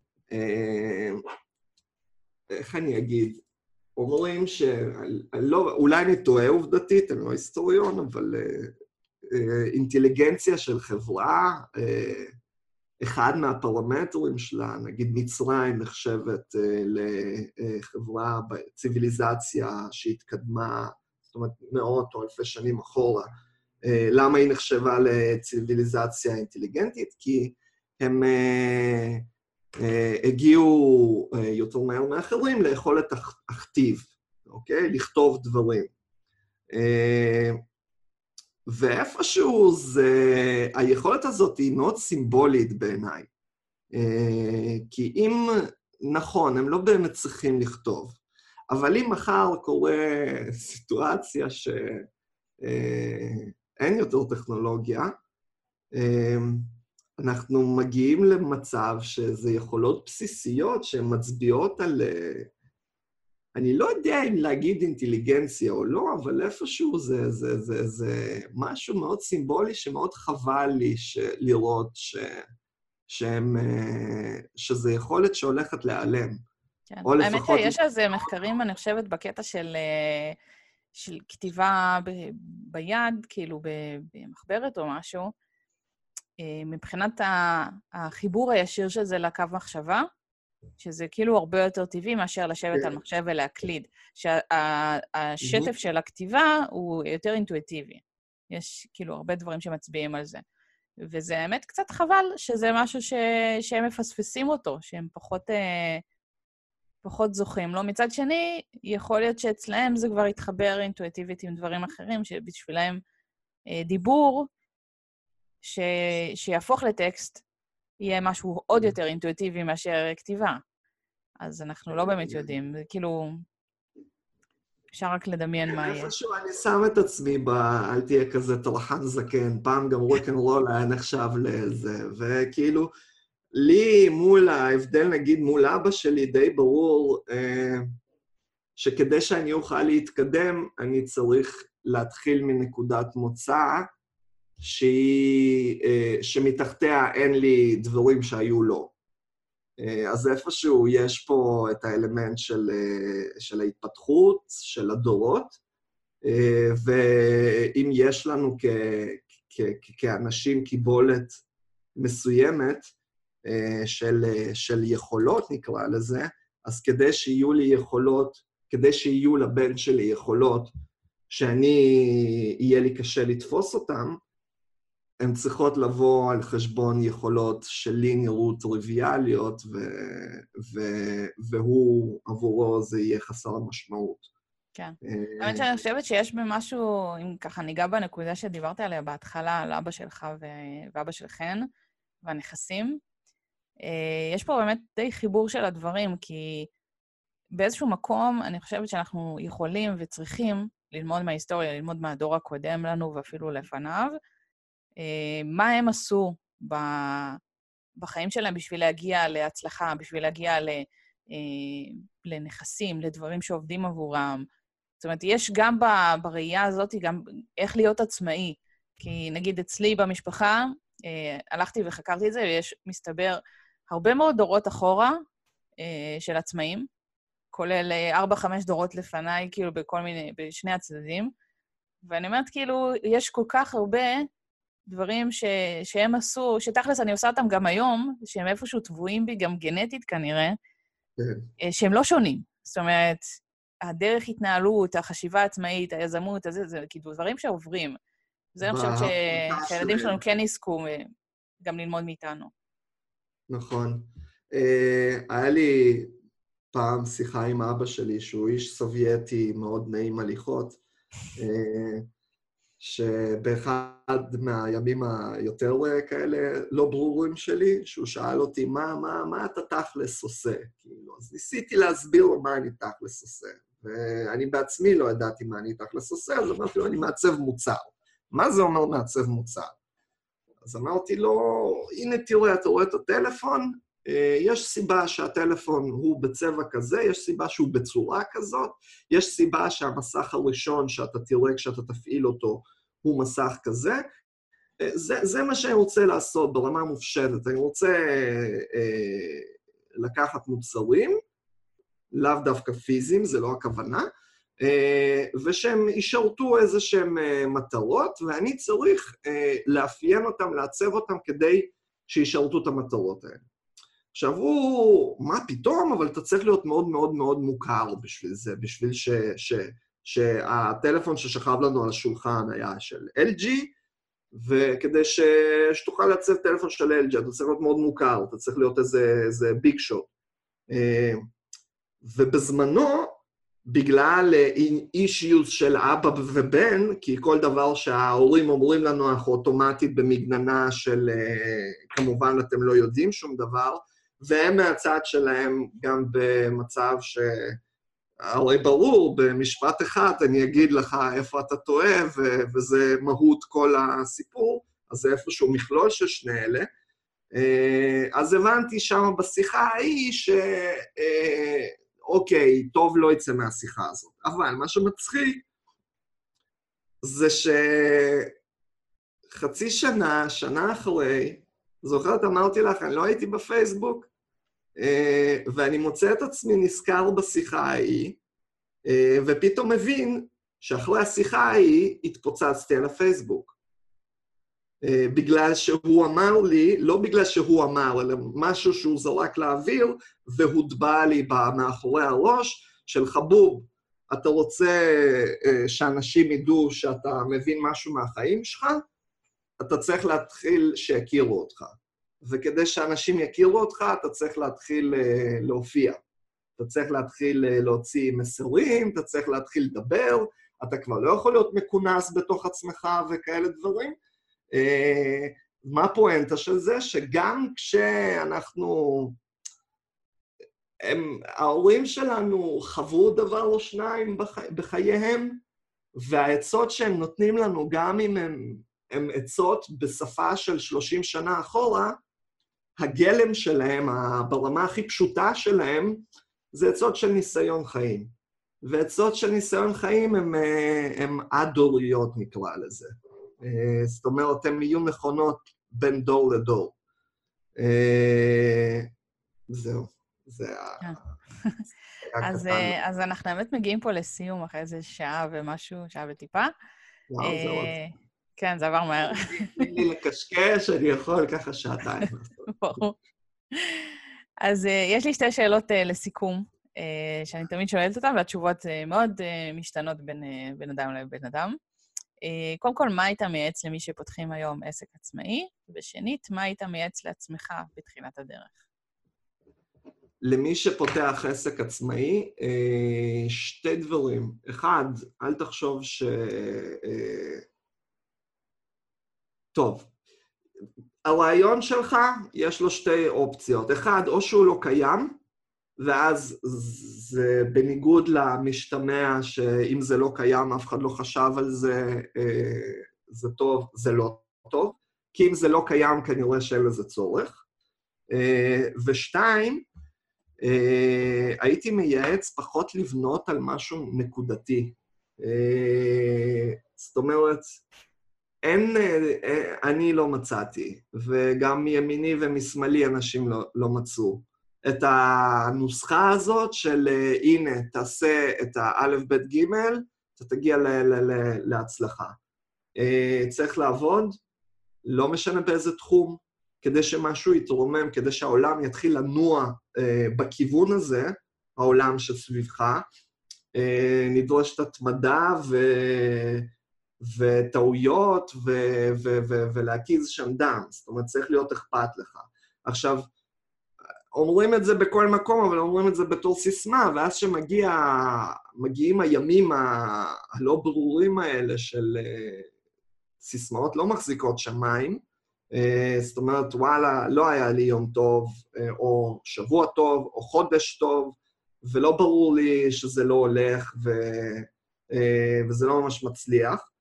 איך אני אגיד? אומרים שלא, אולי אני טועה עובדתית, אני לא היסטוריון, אבל אינטליגנציה של חברה, אחד מהפרמטרים שלה, נגיד מצרים נחשבת לחברה בציביליזציה שהתקדמה, זאת אומרת, מאות או אלפי שנים אחורה. למה היא נחשבה לציביליזציה אינטליגנטית? כי הם הגיעו יותר מהר מאחרים ליכולת הכתיב, אוקיי? לכתוב דברים. ואיפשהו זה, היכולת הזאת היא מאוד סימבולית בעיניי. כי אם, נכון, הם לא באמת צריכים לכתוב, אבל אם מחר קורה סיטואציה שאין יותר טכנולוגיה, אנחנו מגיעים למצב שזה יכולות בסיסיות שהן מצביעות על... אני לא יודע אם להגיד אינטליגנציה או לא, אבל איפשהו זה, זה, זה, זה משהו מאוד סימבולי שמאוד חבל לי לראות ש, שהם, שזה יכולת שהולכת להיעלם. כן. או האמת לפחות... שיש על זה מחקרים, אני חושבת, בקטע של, של כתיבה ב, ביד, כאילו במחברת או משהו, מבחינת החיבור הישיר של זה לקו מחשבה, שזה כאילו הרבה יותר טבעי מאשר לשבת על מחשב ולהקליד, שהשטף של הכתיבה הוא יותר אינטואיטיבי. יש כאילו הרבה דברים שמצביעים על זה. וזה האמת קצת חבל שזה משהו ש... שהם מפספסים אותו, שהם פחות, אה, פחות זוכים. לא, מצד שני, יכול להיות שאצלהם זה כבר יתחבר אינטואיטיבית עם דברים אחרים, שבשבילהם אה, דיבור ש... שיהפוך לטקסט, יהיה משהו עוד יותר אינטואיטיבי מאשר כתיבה. אז אנחנו לא באמת יודעים. זה כאילו, אפשר רק לדמיין מה יהיה. איפשהו אני שם את עצמי ב... אל תהיה כזה טרחן זקן, פעם גם רוק'נ'רול היה נחשב לזה, וכאילו, לי מול ההבדל, נגיד, מול אבא שלי, די ברור שכדי שאני אוכל להתקדם, אני צריך להתחיל מנקודת מוצא, שהיא, שמתחתיה אין לי דברים שהיו לו. אז איפשהו יש פה את האלמנט של, של ההתפתחות, של הדורות, ואם יש לנו כ, כ, כאנשים קיבולת מסוימת של, של יכולות, נקרא לזה, אז כדי שיהיו לי יכולות, כדי שיהיו לבן שלי יכולות, שאני, יהיה לי קשה לתפוס אותם, הן צריכות לבוא על חשבון יכולות שלי נראו טריוויאליות, ו... ו... והוא, עבורו זה יהיה חסר משמעות. כן. האמת שאני חושבת שיש במשהו, אם ככה ניגע בנקודה שדיברת עליה בהתחלה, על אבא שלך ו... ואבא של חן, והנכסים, יש פה באמת די חיבור של הדברים, כי באיזשהו מקום אני חושבת שאנחנו יכולים וצריכים ללמוד מההיסטוריה, ללמוד מהדור הקודם לנו ואפילו לפניו, מה הם עשו בחיים שלהם בשביל להגיע להצלחה, בשביל להגיע לנכסים, לדברים שעובדים עבורם. זאת אומרת, יש גם בראייה הזאת, גם איך להיות עצמאי. כי נגיד אצלי במשפחה, הלכתי וחקרתי את זה, ויש, מסתבר, הרבה מאוד דורות אחורה של עצמאים, כולל ארבע, חמש דורות לפניי, כאילו בכל מיני, בשני הצדדים. ואני אומרת, כאילו, יש כל כך הרבה דברים ש... שהם עשו, שתכלס אני עושה אותם גם היום, שהם איפשהו טבועים בי, גם גנטית כנראה, כן. שהם לא שונים. זאת אומרת, הדרך התנהלות, החשיבה העצמאית, היזמות, הזה, זה כאילו דברים שעוברים. זה אני חושבת ש... שהילדים שלנו כן יזכו גם ללמוד מאיתנו. נכון. היה לי פעם שיחה עם אבא שלי, שהוא איש סובייטי מאוד נעים הליכות, שבאחד מהימים היותר כאלה לא ברורים שלי, שהוא שאל אותי, מה, מה, מה אתה תכלס עושה? כאילו, אז ניסיתי להסביר לו מה אני תכלס עושה. ואני בעצמי לא ידעתי מה אני תכלס עושה, אז אמרתי לו, אני מעצב מוצר. מה זה אומר מעצב מוצר? אז אמרתי לו, הנה תראה, אתה רואה את הטלפון, יש סיבה שהטלפון הוא בצבע כזה, יש סיבה שהוא בצורה כזאת, יש סיבה שהמסך הראשון שאתה תראה כשאתה תפעיל אותו הוא מסך כזה. זה, זה מה שאני רוצה לעשות ברמה מופשטת. אני רוצה אה, לקחת מוצרים, לאו דווקא פיזיים, זה לא הכוונה, אה, ושהם ישרתו איזה שהם אה, מטרות, ואני צריך אה, לאפיין אותם, לעצב אותם כדי שישרתו את המטרות האלה. עכשיו, הוא, מה פתאום? אבל אתה צריך להיות מאוד מאוד מאוד מוכר בשביל זה, בשביל ש, ש, שהטלפון ששכב לנו על השולחן היה של אל ג'י, וכדי ש, שתוכל לעצב טלפון של אל ג'י, אתה צריך להיות מאוד מוכר, אתה צריך להיות איזה, איזה ביג שוט. ובזמנו, בגלל אישיוס של אבא ובן, כי כל דבר שההורים אומרים לנו, אנחנו אוטומטית במגננה של, כמובן אתם לא יודעים שום דבר, והם מהצד שלהם גם במצב ש... הרי ברור, במשפט אחד אני אגיד לך איפה אתה טועה, ו- וזה מהות כל הסיפור, אז זה איפשהו מכלול של שני אלה. אז הבנתי שם בשיחה ההיא ש... אוקיי, טוב לא יצא מהשיחה הזאת. אבל מה שמצחיק זה שחצי שנה, שנה אחרי, זוכרת, אמרתי לך, אני לא הייתי בפייסבוק, ואני מוצא את עצמי נזכר בשיחה ההיא, ופתאום מבין שאחרי השיחה ההיא התפוצצתי על הפייסבוק. בגלל שהוא אמר לי, לא בגלל שהוא אמר, אלא משהו שהוא זרק לאוויר, והודבע לי מאחורי הראש של חבוב, אתה רוצה שאנשים ידעו שאתה מבין משהו מהחיים שלך, אתה צריך להתחיל שיכירו אותך. וכדי שאנשים יכירו אותך, אתה צריך להתחיל להופיע. אתה צריך להתחיל להוציא מסרים, אתה צריך להתחיל לדבר, אתה כבר לא יכול להיות מכונס בתוך עצמך וכאלה דברים. מה הפואנטה של זה? שגם כשאנחנו... הם, ההורים שלנו חוו דבר או שניים בחי, בחייהם, והעצות שהם נותנים לנו, גם אם הם, הם עצות בשפה של שלושים שנה אחורה, הגלם שלהם, ברמה הכי פשוטה שלהם, זה עצות של ניסיון חיים. ועצות של ניסיון חיים הם, הם עד-דוריות, נקרא לזה. זאת אומרת, הן יהיו נכונות בין דור לדור. זהו, זה ה... אז, אז אנחנו באמת מגיעים פה לסיום אחרי איזה שעה ומשהו, שעה וטיפה. וואו, זה עוד. כן, זה עבר מהר. תני לי לקשקש, אני יכול ככה שעתיים. ברור. אז יש לי שתי שאלות לסיכום, שאני תמיד שואלת אותן, והתשובות מאוד משתנות בין בן אדם לבן אדם. קודם כל, מה היית מייעץ למי שפותחים היום עסק עצמאי? ושנית, מה היית מייעץ לעצמך בתחילת הדרך? למי שפותח עסק עצמאי, שתי דברים. אחד, אל תחשוב ש... טוב, הרעיון שלך, יש לו שתי אופציות. אחד, או שהוא לא קיים, ואז זה בניגוד למשתמע שאם זה לא קיים, אף אחד לא חשב על זה, זה טוב, זה לא טוב. כי אם זה לא קיים, כנראה שאין לזה צורך. ושתיים, הייתי מייעץ פחות לבנות על משהו נקודתי. זאת אומרת, אין, אני לא מצאתי, וגם מימיני ומשמאלי אנשים לא, לא מצאו. את הנוסחה הזאת של, הנה, תעשה את האלף בית גימל, אתה תגיע ל, ל, ל, להצלחה. צריך לעבוד, לא משנה באיזה תחום, כדי שמשהו יתרומם, כדי שהעולם יתחיל לנוע בכיוון הזה, העולם שסביבך, נדרשת התמדה ו... וטעויות ו... ו... ו... ולהקיז שם דם. זאת אומרת, צריך להיות אכפת לך. עכשיו, אומרים את זה בכל מקום, אבל אומרים את זה בתור סיסמה, ואז שמגיעים הימים הלא ברורים האלה של סיסמאות לא מחזיקות שמיים, זאת אומרת, וואלה, לא היה לי יום טוב, או שבוע טוב, או חודש טוב, ולא ברור לי שזה לא הולך, ו... וזה לא ממש מצליח.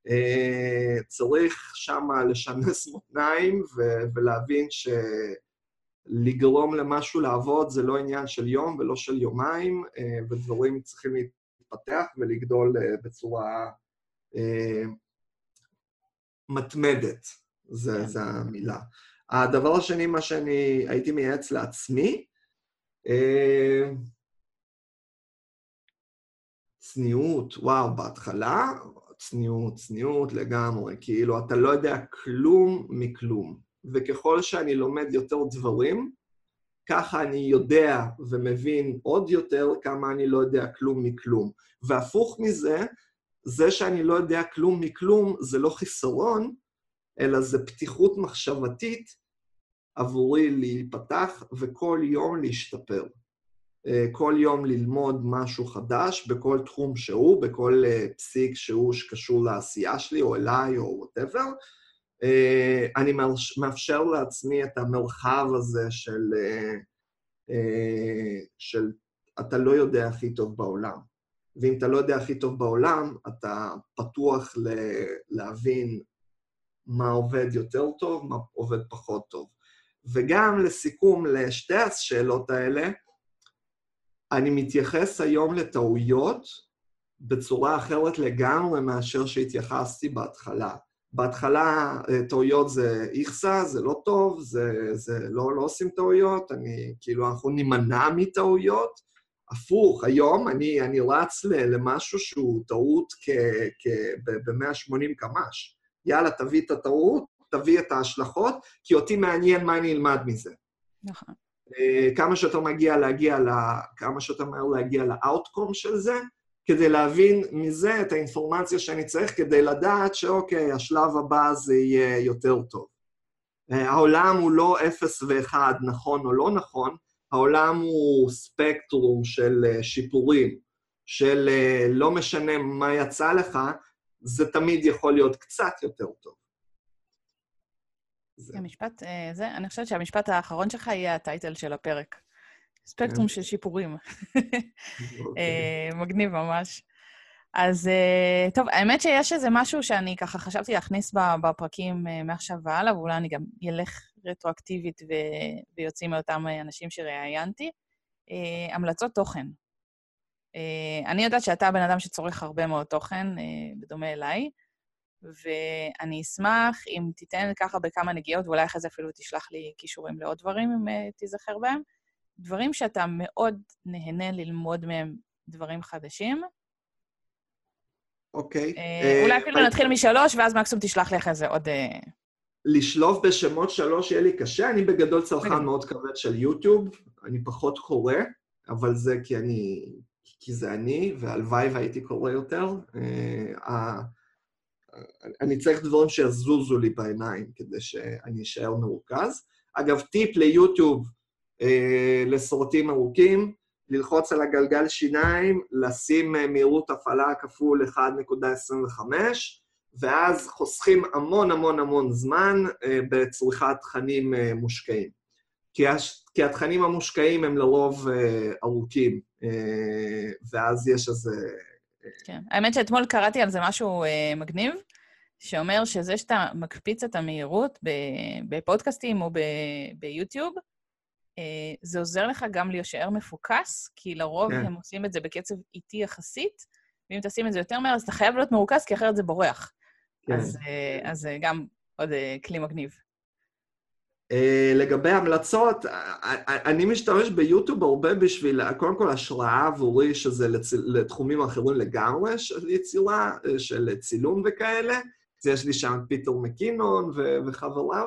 צריך שמה לשנס מותניים, ו... ולהבין שלגרום למשהו לעבוד זה לא עניין של יום ולא של יומיים, ודברים צריכים להתפתח ולגדול בצורה מתמדת. זה, זה המילה. הדבר השני, מה שאני הייתי מייעץ לעצמי, צניעות, וואו, בהתחלה, צניעות, צניעות לגמרי, כאילו אתה לא יודע כלום מכלום. וככל שאני לומד יותר דברים, ככה אני יודע ומבין עוד יותר כמה אני לא יודע כלום מכלום. והפוך מזה, זה שאני לא יודע כלום מכלום, זה לא חיסרון, אלא זה פתיחות מחשבתית עבורי להיפתח וכל יום להשתפר. כל יום ללמוד משהו חדש בכל תחום שהוא, בכל פסיק שהוא שקשור לעשייה שלי או אליי או whatever. אני מאפשר לעצמי את המרחב הזה של, של אתה לא יודע הכי טוב בעולם. ואם אתה לא יודע הכי טוב בעולם, אתה פתוח להבין מה עובד יותר טוב, מה עובד פחות טוב. וגם לסיכום לשתי השאלות האלה, אני מתייחס היום לטעויות בצורה אחרת לגמרי מאשר שהתייחסתי בהתחלה. בהתחלה טעויות זה איכסה, זה לא טוב, זה, זה לא, לא עושים טעויות, אני, כאילו, אנחנו נימנע מטעויות. הפוך, היום אני, אני רץ למשהו שהוא טעות ב-מאה ושמונים קמ"ש. יאללה, תביא את הטעות, תביא את ההשלכות, כי אותי מעניין מה אני אלמד מזה. נכון. כמה שאתה מגיע להגיע, כמה שאתה מהר להגיע לאוטקום של זה, כדי להבין מזה את האינפורמציה שאני צריך, כדי לדעת שאוקיי, השלב הבא זה יהיה יותר טוב. העולם הוא לא אפס ואחד, נכון או לא נכון, העולם הוא ספקטרום של שיפורים, של לא משנה מה יצא לך, זה תמיד יכול להיות קצת יותר טוב. המשפט, זה, אני חושבת שהמשפט האחרון שלך יהיה הטייטל של הפרק. ספקטרום של שיפורים. מגניב ממש. אז טוב, האמת שיש איזה משהו שאני ככה חשבתי להכניס בפרקים מעכשיו והלאה, ואולי אני גם ילך רטרואקטיבית ויוצאים מאותם אנשים שראיינתי. המלצות תוכן. אני יודעת שאתה בן אדם שצורך הרבה מאוד תוכן, בדומה אליי, ואני אשמח אם תיתן ככה בכמה נגיעות, ואולי אחרי זה אפילו תשלח לי קישורים לעוד דברים, אם תיזכר בהם. דברים שאתה מאוד נהנה ללמוד מהם דברים חדשים. אוקיי. אולי אפילו נתחיל משלוש, ואז מקסימום תשלח לי אחרי זה עוד... לשלוף בשמות שלוש יהיה לי קשה, אני בגדול צרכן מאוד כבד של יוטיוב, אני פחות קורא, אבל זה כי אני... כי זה אני, והלוואי והייתי קורא יותר. אני צריך דברים שיזוזו לי בעיניים, כדי שאני אשאר מרוכז. אגב, טיפ ליוטיוב, לסרטים ארוכים, ללחוץ על הגלגל שיניים, לשים מהירות הפעלה כפול אחת נקודה עשרים וחמש, ואז חוסכים המון המון המון זמן בצריכת תכנים מושקעים. כי, הש... כי התכנים המושקעים הם לרוב ארוכים, ואז יש איזה... כן. האמת שאתמול קראתי על זה משהו מגניב, שאומר שזה שאתה מקפיץ את המהירות בפודקאסטים או ביוטיוב, זה עוזר לך גם להישאר מפוקס, כי לרוב הם עושים את זה בקצב איטי יחסית, ואם תשים את זה יותר מהר, אז אתה חייב להיות מרוכז, כי אחרת זה בורח. אז גם עוד כלי מגניב. לגבי המלצות, אני משתמש ביוטיוב הרבה בשביל, קודם כל, השראה עבורי, שזה לתחומים אחרים לגמרי של יצירה, של צילום וכאלה. יש לי שם פיטר מקינון וחבריו.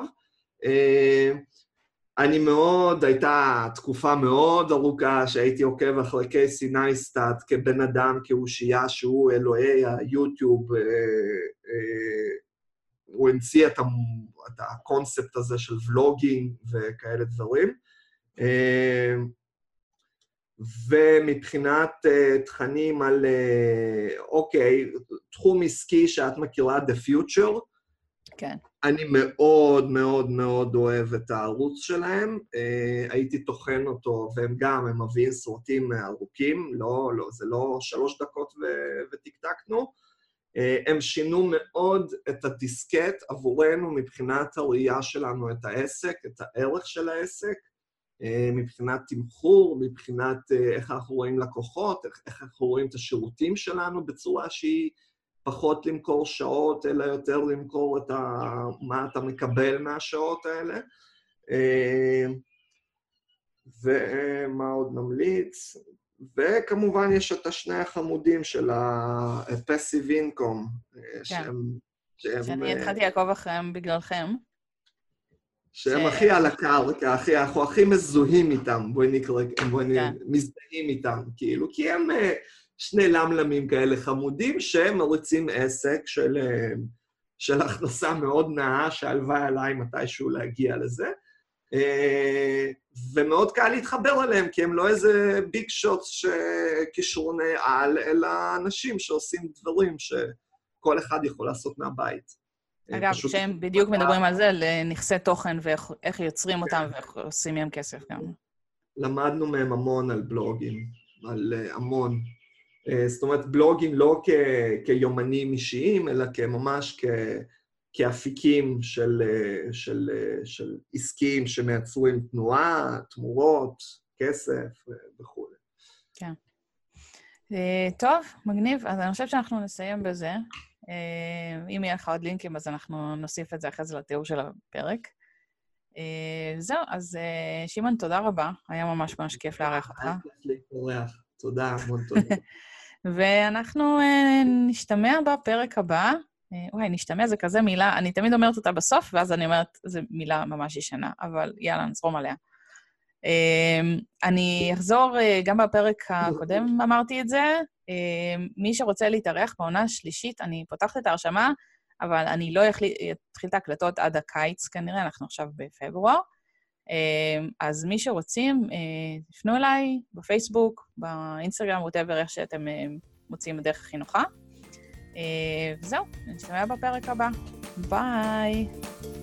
אני מאוד, הייתה תקופה מאוד ארוכה שהייתי עוקב אחרי קייסי נייסטאט כבן אדם, כאושייה שהוא אלוהי היוטיוב, הוא המציא את הקונספט הזה של ולוגינג וכאלה דברים. ומבחינת תכנים על, אוקיי, תחום עסקי שאת מכירה, The Future, כן. אני מאוד מאוד מאוד אוהב את הערוץ שלהם, הייתי תוכן אותו, והם גם, הם מביאים סרטים ארוכים, לא, לא, זה לא שלוש דקות ותקתקנו, הם שינו מאוד את הדיסקט עבורנו מבחינת הראייה שלנו את העסק, את הערך של העסק, מבחינת תמחור, מבחינת איך אנחנו רואים לקוחות, איך אנחנו רואים את השירותים שלנו בצורה שהיא פחות למכור שעות, אלא יותר למכור את ה... מה אתה מקבל מהשעות האלה. ומה עוד נמליץ? וכמובן יש את השני החמודים של ה-Passive Income, שהם... שאני התחלתי לעקוב אחריהם בגללכם. שהם הכי על הקרקע, אנחנו הכי מזוהים איתם, בואי נקרא, בואי מזדהים איתם, כאילו, כי הם שני למלמים כאלה חמודים, שהם מריצים עסק של הכנסה מאוד נאה, שהלוואי עליי מתישהו להגיע לזה, ומאוד קל להתחבר אליהם, כי הם לא איזה ביג שוטס שכישרוני על, אלא אנשים שעושים דברים שכל אחד יכול לעשות מהבית. אגב, שהם בדיוק מדברים על זה, לנכסי תוכן ואיך יוצרים אותם ואיך עושים מהם כסף גם. למדנו מהם המון על בלוגים, על המון. זאת אומרת, בלוגים לא כיומנים אישיים, אלא כממש כאפיקים של עסקים שמייצרים תנועה, תמורות, כסף וכו'. כן. טוב, מגניב. אז אני חושבת שאנחנו נסיים בזה. אם יהיה לך עוד לינקים, אז אנחנו נוסיף את זה אחרי זה לתיאור של הפרק. זהו, אז שמעון, תודה רבה. היה ממש ממש כיף לארח אותך. היה כיף להתארח. תודה, המון תודה. ואנחנו נשתמע בפרק הבא. וואי, נשתמע זה כזה מילה, אני תמיד אומרת אותה בסוף, ואז אני אומרת, זו מילה ממש ישנה, אבל יאללה, נזרום עליה. אני אחזור, גם בפרק הקודם אמרתי את זה, מי שרוצה להתארח בעונה השלישית, אני פותחת את ההרשמה, אבל אני לא אתחיל את ההקלטות עד הקיץ, כנראה, אנחנו עכשיו בפברואר. אז מי שרוצים, תפנו אליי בפייסבוק, באינסטגרם, whatever, איך שאתם מוצאים בדרך הכי נוחה. וזהו, נשתמע בפרק הבא. ביי!